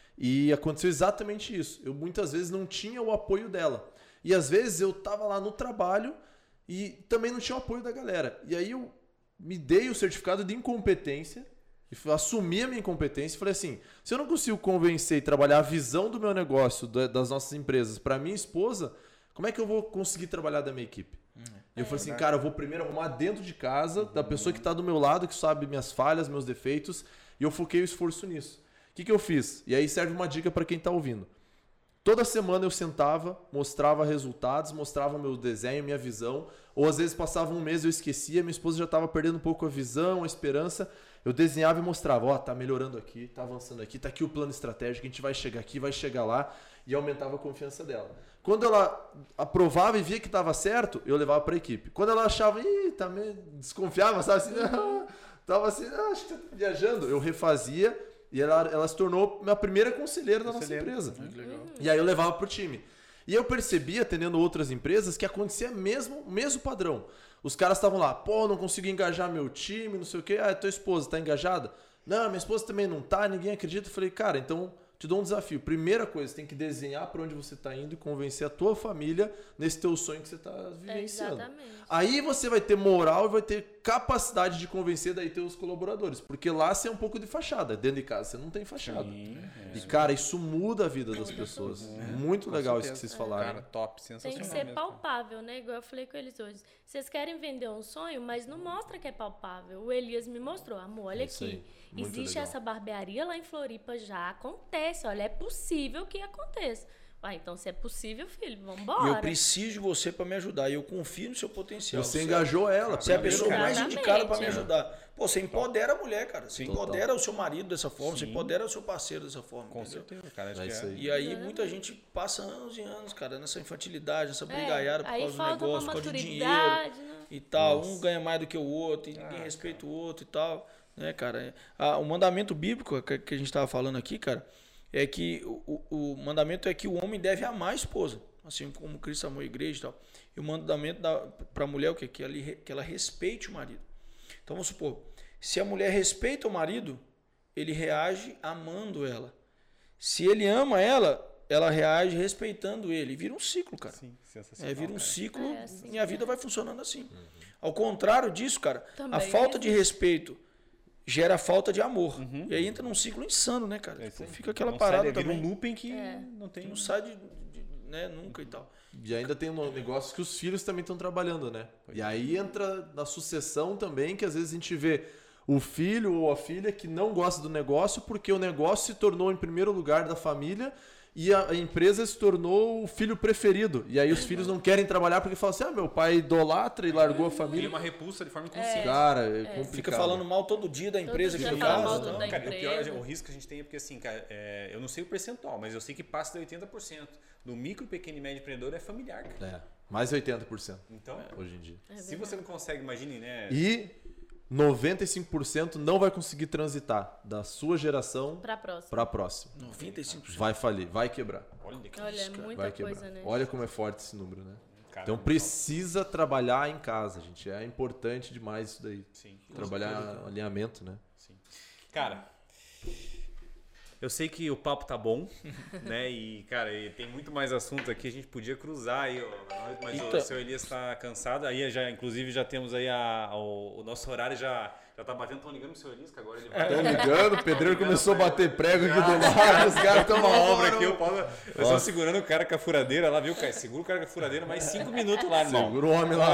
Speaker 3: E aconteceu exatamente isso. Eu muitas vezes não tinha o apoio dela. E às vezes eu tava lá no trabalho e também não tinha o apoio da galera. E aí eu me dei o certificado de incompetência, e f- assumi a minha incompetência e falei assim, se eu não consigo convencer e trabalhar a visão do meu negócio, da- das nossas empresas, para minha esposa, como é que eu vou conseguir trabalhar da minha equipe? E eu falei assim, cara, eu vou primeiro arrumar dentro de casa, da pessoa que está do meu lado, que sabe minhas falhas, meus defeitos, e eu foquei o esforço nisso. O que, que eu fiz? E aí serve uma dica para quem está ouvindo. Toda semana eu sentava, mostrava resultados, mostrava meu desenho, minha visão, ou às vezes passava um mês e eu esquecia, minha esposa já estava perdendo um pouco a visão, a esperança. Eu desenhava e mostrava, ó, tá melhorando aqui, tá avançando aqui, tá aqui o plano estratégico, a gente vai chegar aqui, vai chegar lá, e aumentava a confiança dela. Quando ela aprovava e via que estava certo, eu levava para a equipe. Quando ela achava, ih, tá meio desconfiava, sabe assim, não, tava assim, ah, acho que tá viajando, eu refazia. E ela, ela se tornou minha primeira conselheira da nossa
Speaker 1: Conselheira.
Speaker 3: empresa.
Speaker 2: Muito legal.
Speaker 3: E aí eu levava pro time. E eu percebi, atendendo outras empresas, que acontecia mesmo o mesmo padrão. Os caras estavam lá, pô, não consigo engajar meu time, não sei o quê. Ah, tua esposa tá engajada? Não, minha esposa também não tá, ninguém acredita. Eu falei, cara, então te dou um desafio. Primeira coisa, você tem que desenhar para onde você tá indo e convencer a tua família nesse teu sonho que você tá vivenciando.
Speaker 4: Exatamente.
Speaker 3: Aí você vai ter moral e vai ter capacidade de convencer daí teus colaboradores. Porque lá você é um pouco de fachada. Dentro de casa você não tem fachada.
Speaker 1: Sim, é.
Speaker 3: E, cara, isso muda a vida das pessoas. Muito
Speaker 1: Com
Speaker 3: legal
Speaker 1: certeza.
Speaker 3: isso que vocês falaram.
Speaker 1: Cara, top, sensacional
Speaker 4: Tem que ser
Speaker 1: mesmo.
Speaker 4: palpável, né? Igual eu falei com eles hoje. Vocês querem vender um sonho, mas não mostra que é palpável. O Elias me mostrou. Amor, olha
Speaker 3: Isso
Speaker 4: aqui.
Speaker 3: aí. Muito
Speaker 4: Existe
Speaker 3: legal.
Speaker 4: essa barbearia lá em Floripa já. Acontece. Olha, é possível que aconteça. Ué, então se é possível, filho, vambora.
Speaker 2: E eu preciso de você para me ajudar. E eu confio no seu potencial.
Speaker 3: Você engajou ela.
Speaker 2: Você é a
Speaker 3: primeiro,
Speaker 2: pessoa
Speaker 3: cara.
Speaker 2: mais
Speaker 4: Exatamente,
Speaker 2: indicada para me
Speaker 4: é.
Speaker 2: ajudar. Pô, você empodera a mulher, cara. Você
Speaker 3: Total.
Speaker 2: empodera o seu marido dessa forma, você
Speaker 1: Sim.
Speaker 2: empodera o seu parceiro dessa forma.
Speaker 1: Com
Speaker 2: entendeu?
Speaker 1: certeza, cara. Acho
Speaker 3: É
Speaker 1: que
Speaker 3: isso
Speaker 1: é.
Speaker 3: aí.
Speaker 2: E aí
Speaker 4: Exatamente.
Speaker 2: muita gente passa anos e anos, cara, nessa infantilidade, nessa
Speaker 4: É,
Speaker 2: brigaiada por
Speaker 4: aí
Speaker 2: causa do
Speaker 4: falta
Speaker 2: negócio,
Speaker 4: uma
Speaker 2: por causa de dinheiro
Speaker 4: maturidade, né?
Speaker 2: e tal.
Speaker 3: Nossa.
Speaker 2: Um ganha mais do que o outro, e
Speaker 1: Ah,
Speaker 2: ninguém respeita o outro e tal. Né, cara? Ah, o mandamento bíblico que que a gente estava falando aqui, cara, é que o, o, o mandamento é que o homem deve amar a esposa, assim como Cristo amou a igreja e tal. E o mandamento para a mulher é o quê? Que ela, que ela respeite o marido. Então vamos supor, se a mulher respeita o marido, ele reage amando ela. Se ele ama ela, ela reage respeitando ele. Vira um ciclo, cara.
Speaker 1: Sim, sensacional.
Speaker 2: É, vira um
Speaker 1: cara.
Speaker 2: ciclo
Speaker 4: É, assim,
Speaker 2: e a vida vai funcionando assim. Ao contrário disso, cara,
Speaker 4: Também
Speaker 2: a falta
Speaker 4: existe.
Speaker 2: de respeito gera falta de amor. E aí entra num ciclo insano, né, cara?
Speaker 1: É isso
Speaker 2: Tipo,
Speaker 1: aí.
Speaker 2: fica aquela
Speaker 1: Não
Speaker 2: parada
Speaker 1: sai, vira
Speaker 2: também.
Speaker 1: um looping que
Speaker 4: É.
Speaker 1: não tem.
Speaker 2: Não sai de, de- né, nunca e tal.
Speaker 3: E ainda tem um negócio que os filhos também estão trabalhando, né? E aí entra na sucessão também, que às vezes a gente vê o filho ou a filha que não gosta do negócio porque o negócio se tornou em primeiro lugar da família e a a empresa se tornou o filho preferido. E aí os filhos não querem trabalhar porque falam assim, ah, meu pai idolatra e largou a
Speaker 1: Cria
Speaker 3: família.
Speaker 1: uma repulsa de forma inconsciente.
Speaker 3: Cara, é complicado.
Speaker 2: Fica falando mal todo dia da empresa
Speaker 4: dia
Speaker 2: aqui em
Speaker 4: fala
Speaker 2: casa.
Speaker 4: mal
Speaker 2: tá?
Speaker 4: do- da
Speaker 1: Cara, o pior,
Speaker 4: empresa.
Speaker 1: o risco que a gente tem é porque, assim, cara, é, eu não sei o percentual, mas eu sei que passa de oitenta por cento do micro, pequeno e médio empreendedor é familiar, cara.
Speaker 3: É, mais de oitenta por cento
Speaker 1: Então,
Speaker 3: hoje em dia.
Speaker 4: É
Speaker 1: se
Speaker 4: verdade.
Speaker 1: você não consegue, imagine, né?
Speaker 3: E noventa e cinco por cento não vai conseguir transitar da sua geração
Speaker 4: Pra próxima.
Speaker 3: para a próxima.
Speaker 2: noventa e cinco por cento.
Speaker 3: Vai falir, vai quebrar.
Speaker 1: Olha que
Speaker 4: Olha, é
Speaker 1: isso, cara.
Speaker 4: muita
Speaker 3: Vai quebrar.
Speaker 4: coisa, né?
Speaker 3: Olha como é forte esse número, né?
Speaker 1: Cara,
Speaker 3: Então
Speaker 1: muito
Speaker 3: precisa trabalhar em casa, gente. É importante demais isso daí.
Speaker 1: top. Sim,
Speaker 3: Trabalhar alinhamento, né?
Speaker 1: sim. Cara, eu sei que o papo tá bom, né? E, cara, e tem muito mais assunto aqui, a gente podia cruzar aí, ó, mas o
Speaker 2: Então-
Speaker 1: seu Elias tá cansado. Aí já, inclusive, já temos aí a, o, o nosso horário já, já tá batendo, estão ligando pro seu Elias, que agora ele vai.
Speaker 3: Estão ligando, o pedreiro começou a bater prego aqui do lado, os caras estão
Speaker 1: Uma obra aqui, o
Speaker 3: mal.
Speaker 1: Paulo. Nós estamos segurando o cara com a furadeira lá, viu, cara? Segura o cara com a furadeira mais cinco minutos lá, irmão.
Speaker 3: Segura o homem lá.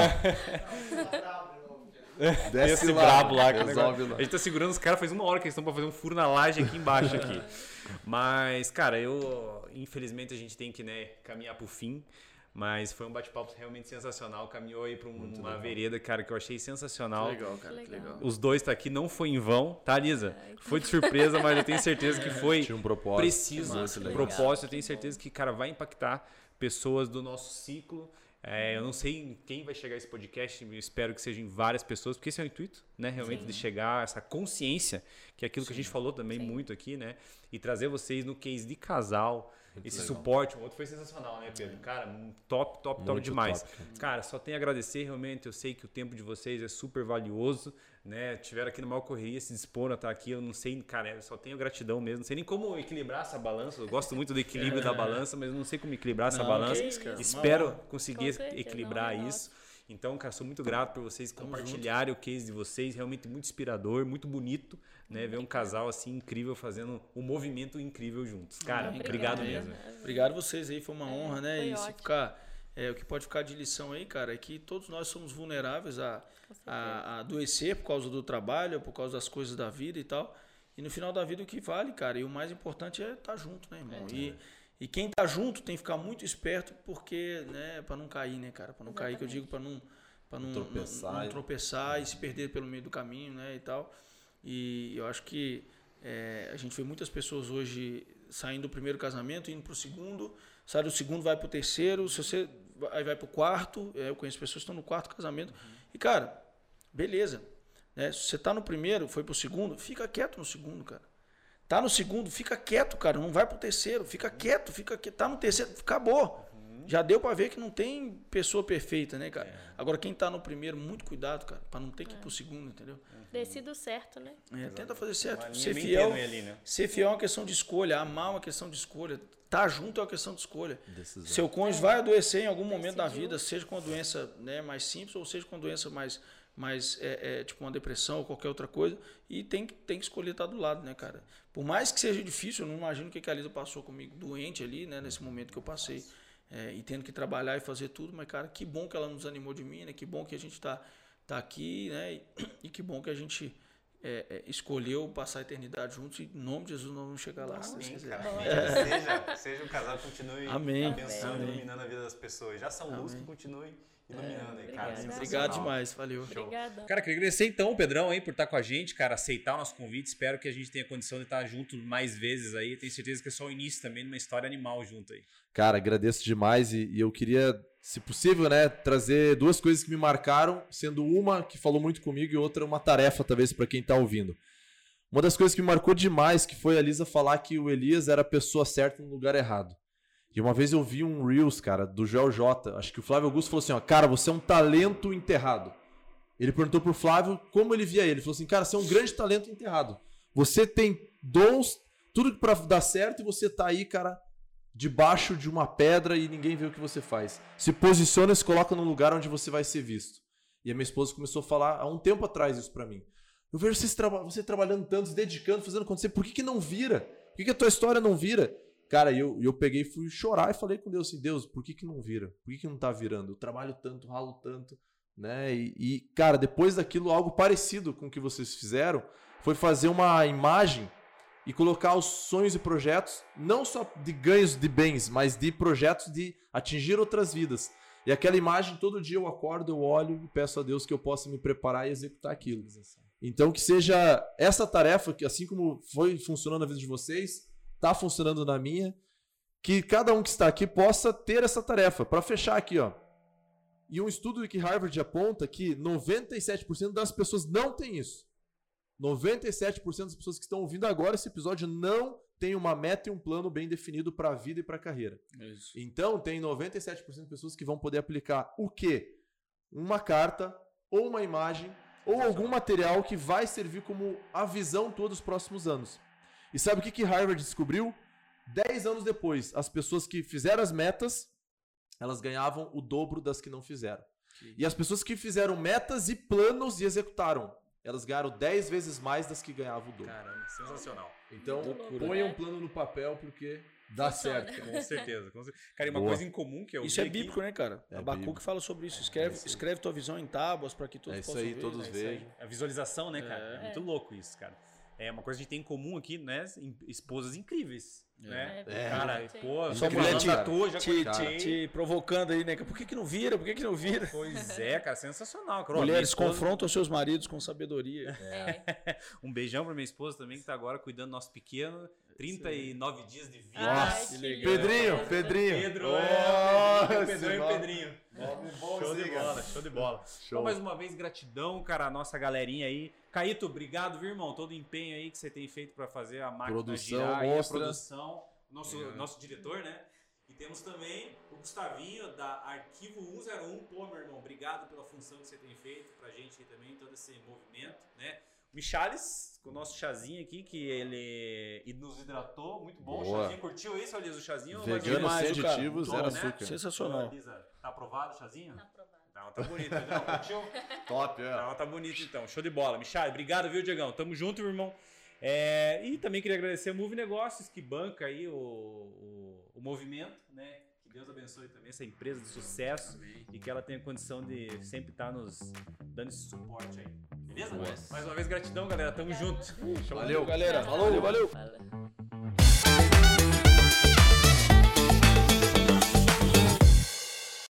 Speaker 3: Desce
Speaker 1: Esse
Speaker 3: lá,
Speaker 1: brabo lá. Que o
Speaker 3: resolve
Speaker 1: negócio-
Speaker 3: lá.
Speaker 1: A gente tá segurando os caras faz uma hora que eles estão pra fazer um furo na laje aqui embaixo aqui. Mas, cara, eu... Infelizmente a gente tem que, né, caminhar pro fim. Mas foi um bate-papo realmente sensacional. Caminhou aí pra um- uma vereda, cara, que eu achei sensacional.
Speaker 2: Legal, cara. Que
Speaker 4: Legal.
Speaker 2: legal.
Speaker 1: Os dois tá aqui, não foi em vão, tá, Lisa? Foi de surpresa, mas eu tenho certeza que foi
Speaker 3: Tinha um propósito.
Speaker 1: preciso.
Speaker 3: Muito legal.
Speaker 1: Propósito, eu tenho certeza que, cara, vai impactar pessoas do nosso ciclo. É, eu não sei em quem vai chegar esse podcast, eu espero que seja em várias pessoas, porque esse é o intuito, né? Realmente de chegar a essa consciência, que é aquilo que a gente falou também muito aqui, né? E trazer vocês no case de casal, esse
Speaker 3: legal.
Speaker 1: suporte. O outro foi sensacional, né, Pedro? Cara, top, top, top
Speaker 3: Muito
Speaker 1: demais.
Speaker 3: top, cara.
Speaker 1: Cara, só tenho a agradecer, realmente. Eu sei que o tempo de vocês é super valioso, né? Tiveram aqui na maior correria, se disporam a estar aqui. Eu não sei, cara, eu só tenho gratidão mesmo. Não sei nem como equilibrar essa balança. Eu gosto muito do equilíbrio da balança, mas eu não sei como equilibrar essa
Speaker 2: Não,
Speaker 1: balança.
Speaker 2: que isso, cara. Uma
Speaker 1: Espero
Speaker 2: honra.
Speaker 1: conseguir
Speaker 4: Com certeza,
Speaker 1: equilibrar
Speaker 4: não,
Speaker 1: isso. Então, cara, sou muito grato por vocês compartilharem o case de vocês. Realmente muito inspirador, muito bonito, né? Ver um casal assim incrível fazendo um movimento incrível juntos. Cara,
Speaker 2: Obrigado.
Speaker 1: obrigado
Speaker 2: Obrigado.
Speaker 1: mesmo.
Speaker 2: Obrigado a vocês aí, foi uma honra, né?
Speaker 4: foi
Speaker 2: E se
Speaker 4: ótimo.
Speaker 2: ficar. É, o que pode ficar de lição aí, cara, é que todos nós somos vulneráveis a, a, a adoecer por causa do trabalho, por causa das coisas da vida e tal. E no final da vida o que vale, cara, e o mais importante é estar junto, né, irmão? E, e quem tá junto tem que ficar muito esperto, porque, né, para não cair, né, cara? Para não cair, que eu digo, para não, pra não,
Speaker 3: Tropeçar.
Speaker 2: não, não tropeçar e se perder pelo meio do caminho, né, e tal. E eu acho que é, a gente vê muitas pessoas hoje saindo do primeiro casamento, indo para o segundo, sai do segundo, vai para o terceiro, se você aí vai para o quarto, é, eu conheço pessoas que estão no quarto casamento, e cara, beleza, né? Se você está no primeiro, foi para o segundo, fica quieto no segundo, cara. Tá no segundo, fica quieto, cara, não vai para o terceiro, fica quieto, fica quieto, tá no terceiro, acabou. Já deu pra ver que não tem pessoa perfeita, né, cara? É. Agora, quem tá no primeiro, muito cuidado, cara, pra não ter que ir pro segundo, entendeu?
Speaker 4: Decida certo, né?
Speaker 2: É, tenta fazer certo. Ser fiel, ali, né? Ser fiel é uma questão de escolha, amar é uma questão de escolha, tá junto é uma questão de escolha. Decisão. Seu cônjuge é. vai adoecer em algum momento Decidiu. da vida, seja com uma doença, né, mais simples ou seja com uma doença mais, mais é, é, tipo uma depressão ou qualquer outra coisa, e tem que, tem que escolher estar do lado, né, cara? Por mais que seja difícil, eu não imagino o que a Lisa passou comigo, doente ali, né, nesse momento que eu passei, é, e tendo que trabalhar e fazer tudo, mas, cara, que bom que ela nos animou de mim, né? Que bom que a gente tá, tá aqui, né? E, e que bom que a gente é, é, escolheu passar a eternidade juntos, e em nome de Jesus nós vamos chegar lá.
Speaker 1: Amém,
Speaker 2: se
Speaker 1: cara. É. Seja, seja um casal que continue
Speaker 2: Amém.
Speaker 1: abençoando,
Speaker 2: Amém.
Speaker 1: iluminando a vida das pessoas. Já são luz que continuem iluminando aí, cara.
Speaker 2: Obrigado, Obrigado demais, valeu.
Speaker 4: Obrigada.
Speaker 1: Cara, queria agradecer então o Pedrão aí por estar com a gente, cara, aceitar o nosso convite. Espero que a gente tenha condição de estar junto mais vezes aí. Tenho certeza que é só o início também de uma história animal junto aí.
Speaker 3: Cara, agradeço demais e, e eu queria, se possível, né, trazer duas coisas que me marcaram, sendo uma que falou muito comigo e outra uma tarefa, talvez, para quem tá ouvindo. Uma das coisas que me marcou demais que foi a Lisa falar que o Elias era a pessoa certa no lugar errado. E uma vez eu vi um Reels, cara, do Joel J. Acho que o Flávio Augusto falou assim, ó, cara, você é um talento enterrado. Ele perguntou pro Flávio como ele via ele. Ele falou assim, cara, você é um grande talento enterrado. Você tem dons, tudo pra dar certo, e você tá aí, cara, debaixo de uma pedra e ninguém vê o que você faz. Se posiciona e se coloca no lugar onde você vai ser visto. E a minha esposa começou a falar há um tempo atrás isso pra mim. Eu vejo você, traba- você trabalhando tanto, se dedicando, fazendo acontecer. Por que que não vira? Por que que a tua história não vira? Cara, e eu, eu peguei e fui chorar e falei com Deus assim, Deus, por que que não vira? Por que que não tá virando? Eu trabalho tanto, ralo tanto, né? E, e, cara, depois daquilo, algo parecido com o que vocês fizeram foi fazer uma imagem e colocar os sonhos e projetos, não só de ganhos de bens, mas de projetos de atingir outras vidas. E aquela imagem, todo dia eu acordo, eu olho e peço a Deus que eu possa me preparar e executar aquilo. Então, que seja essa tarefa, que assim como foi funcionando na vida de vocês, tá funcionando na minha, que cada um que está aqui possa ter essa tarefa. Para fechar aqui, ó. E um estudo que Harvard aponta que noventa e sete por cento das pessoas não tem isso. noventa e sete por cento das pessoas que estão ouvindo agora esse episódio não tem uma meta e um plano bem definido para a vida e para a carreira.
Speaker 2: Isso.
Speaker 3: Então, tem noventa e sete por cento de pessoas que vão poder aplicar o quê? Uma carta, ou uma imagem, ou algum material que vai servir como a visão todos os próximos anos. E sabe o que que Harvard descobriu? Dez anos depois, as pessoas que fizeram as metas, elas ganhavam o dobro das que não fizeram. Sim. E as pessoas que fizeram metas e planos e executaram, elas ganharam dez vezes mais das que ganhavam o dobro.
Speaker 1: Caramba, sensacional.
Speaker 3: Então, ponha um plano no papel porque dá certo. Cara.
Speaker 1: Com certeza. Com certeza. Cara, e uma
Speaker 3: Boa.
Speaker 1: coisa em comum que eu
Speaker 2: Isso é bíblico,
Speaker 1: aqui...
Speaker 2: né, cara?
Speaker 3: É
Speaker 2: Abacuque fala sobre isso. Escreve,
Speaker 3: é
Speaker 2: escreve tua visão em tábuas para que todos
Speaker 3: é isso
Speaker 2: possam
Speaker 3: aí,
Speaker 2: ver.
Speaker 3: todos
Speaker 2: É
Speaker 3: vejam.
Speaker 1: A visualização, né, cara? É,
Speaker 2: É.
Speaker 1: é muito louco isso, cara. É uma coisa que a gente tem em comum aqui, né? Esposas incríveis.
Speaker 2: É.
Speaker 1: né?
Speaker 4: É,
Speaker 1: Cara,
Speaker 4: sim.
Speaker 1: pô,
Speaker 2: Sua
Speaker 1: tô
Speaker 2: mulher
Speaker 1: falando
Speaker 2: te-
Speaker 1: da tua, já
Speaker 2: Te,
Speaker 1: conectei.
Speaker 2: te, te provocando aí, né? Por que, que não vira? Por que, que não vira?
Speaker 1: Pois é, cara, sensacional. Cara. Ó,
Speaker 2: Mulheres
Speaker 1: minha esposa-
Speaker 2: confrontam seus maridos com sabedoria.
Speaker 4: É.
Speaker 1: Um beijão pra minha esposa também, que tá agora cuidando do nosso pequeno. trinta e nove dias de vida.
Speaker 4: Ai,
Speaker 2: que
Speaker 4: que
Speaker 2: legal.
Speaker 3: Pedrinho,
Speaker 4: lindo.
Speaker 3: Pedrinho.
Speaker 1: Pedro,
Speaker 3: Oh,
Speaker 1: é,
Speaker 3: esse
Speaker 1: Pedrão e
Speaker 3: nome-
Speaker 1: Pedrinho.
Speaker 3: Nome bom,
Speaker 1: Show de
Speaker 3: sim,
Speaker 1: bola,
Speaker 3: cara.
Speaker 1: show de bola.
Speaker 3: Show.
Speaker 1: Então, mais uma vez, gratidão, cara, a nossa galerinha aí. Caíto, obrigado, viu, irmão? Todo o empenho aí que você tem feito pra fazer a máquina
Speaker 3: Produção
Speaker 1: girar aí, a
Speaker 3: monstra.
Speaker 1: produção. Nosso, nosso diretor, né? E temos também o Gustavinho, da Arquivo cento e um. Pô, meu irmão, obrigado pela função que você tem feito pra gente aí também, todo esse movimento, né? O Michales, com o nosso chazinho aqui, que ele nos hidratou, muito bom.
Speaker 3: Boa.
Speaker 1: O chazinho, curtiu isso, Elisa, o chazinho?
Speaker 3: Vegano,
Speaker 2: demais,
Speaker 3: sem
Speaker 2: cara.
Speaker 3: aditivos,
Speaker 1: Bom,
Speaker 3: zero
Speaker 1: né?
Speaker 3: açúcar.
Speaker 2: Sensacional.
Speaker 1: Ô, Elisa, tá aprovado o chazinho?
Speaker 4: Tá aprovado.
Speaker 1: Não, tá bonito, Pedrão, curtiu?
Speaker 3: Top, é.
Speaker 1: Não, tá bonito então, show de bola. Michal, obrigado, viu, Diegão? Tamo junto, meu irmão. É, e também queria agradecer a Move Negócios, que banca aí o, o, o movimento, né? Que Deus abençoe também essa empresa de sucesso. Amém. E que ela tenha condição de sempre estar nos dando esse suporte aí. Beleza?
Speaker 3: Yes.
Speaker 1: Mais uma vez, gratidão, galera. Tamo junto.
Speaker 2: Valeu, galera. Valeu, valeu.
Speaker 4: Fala.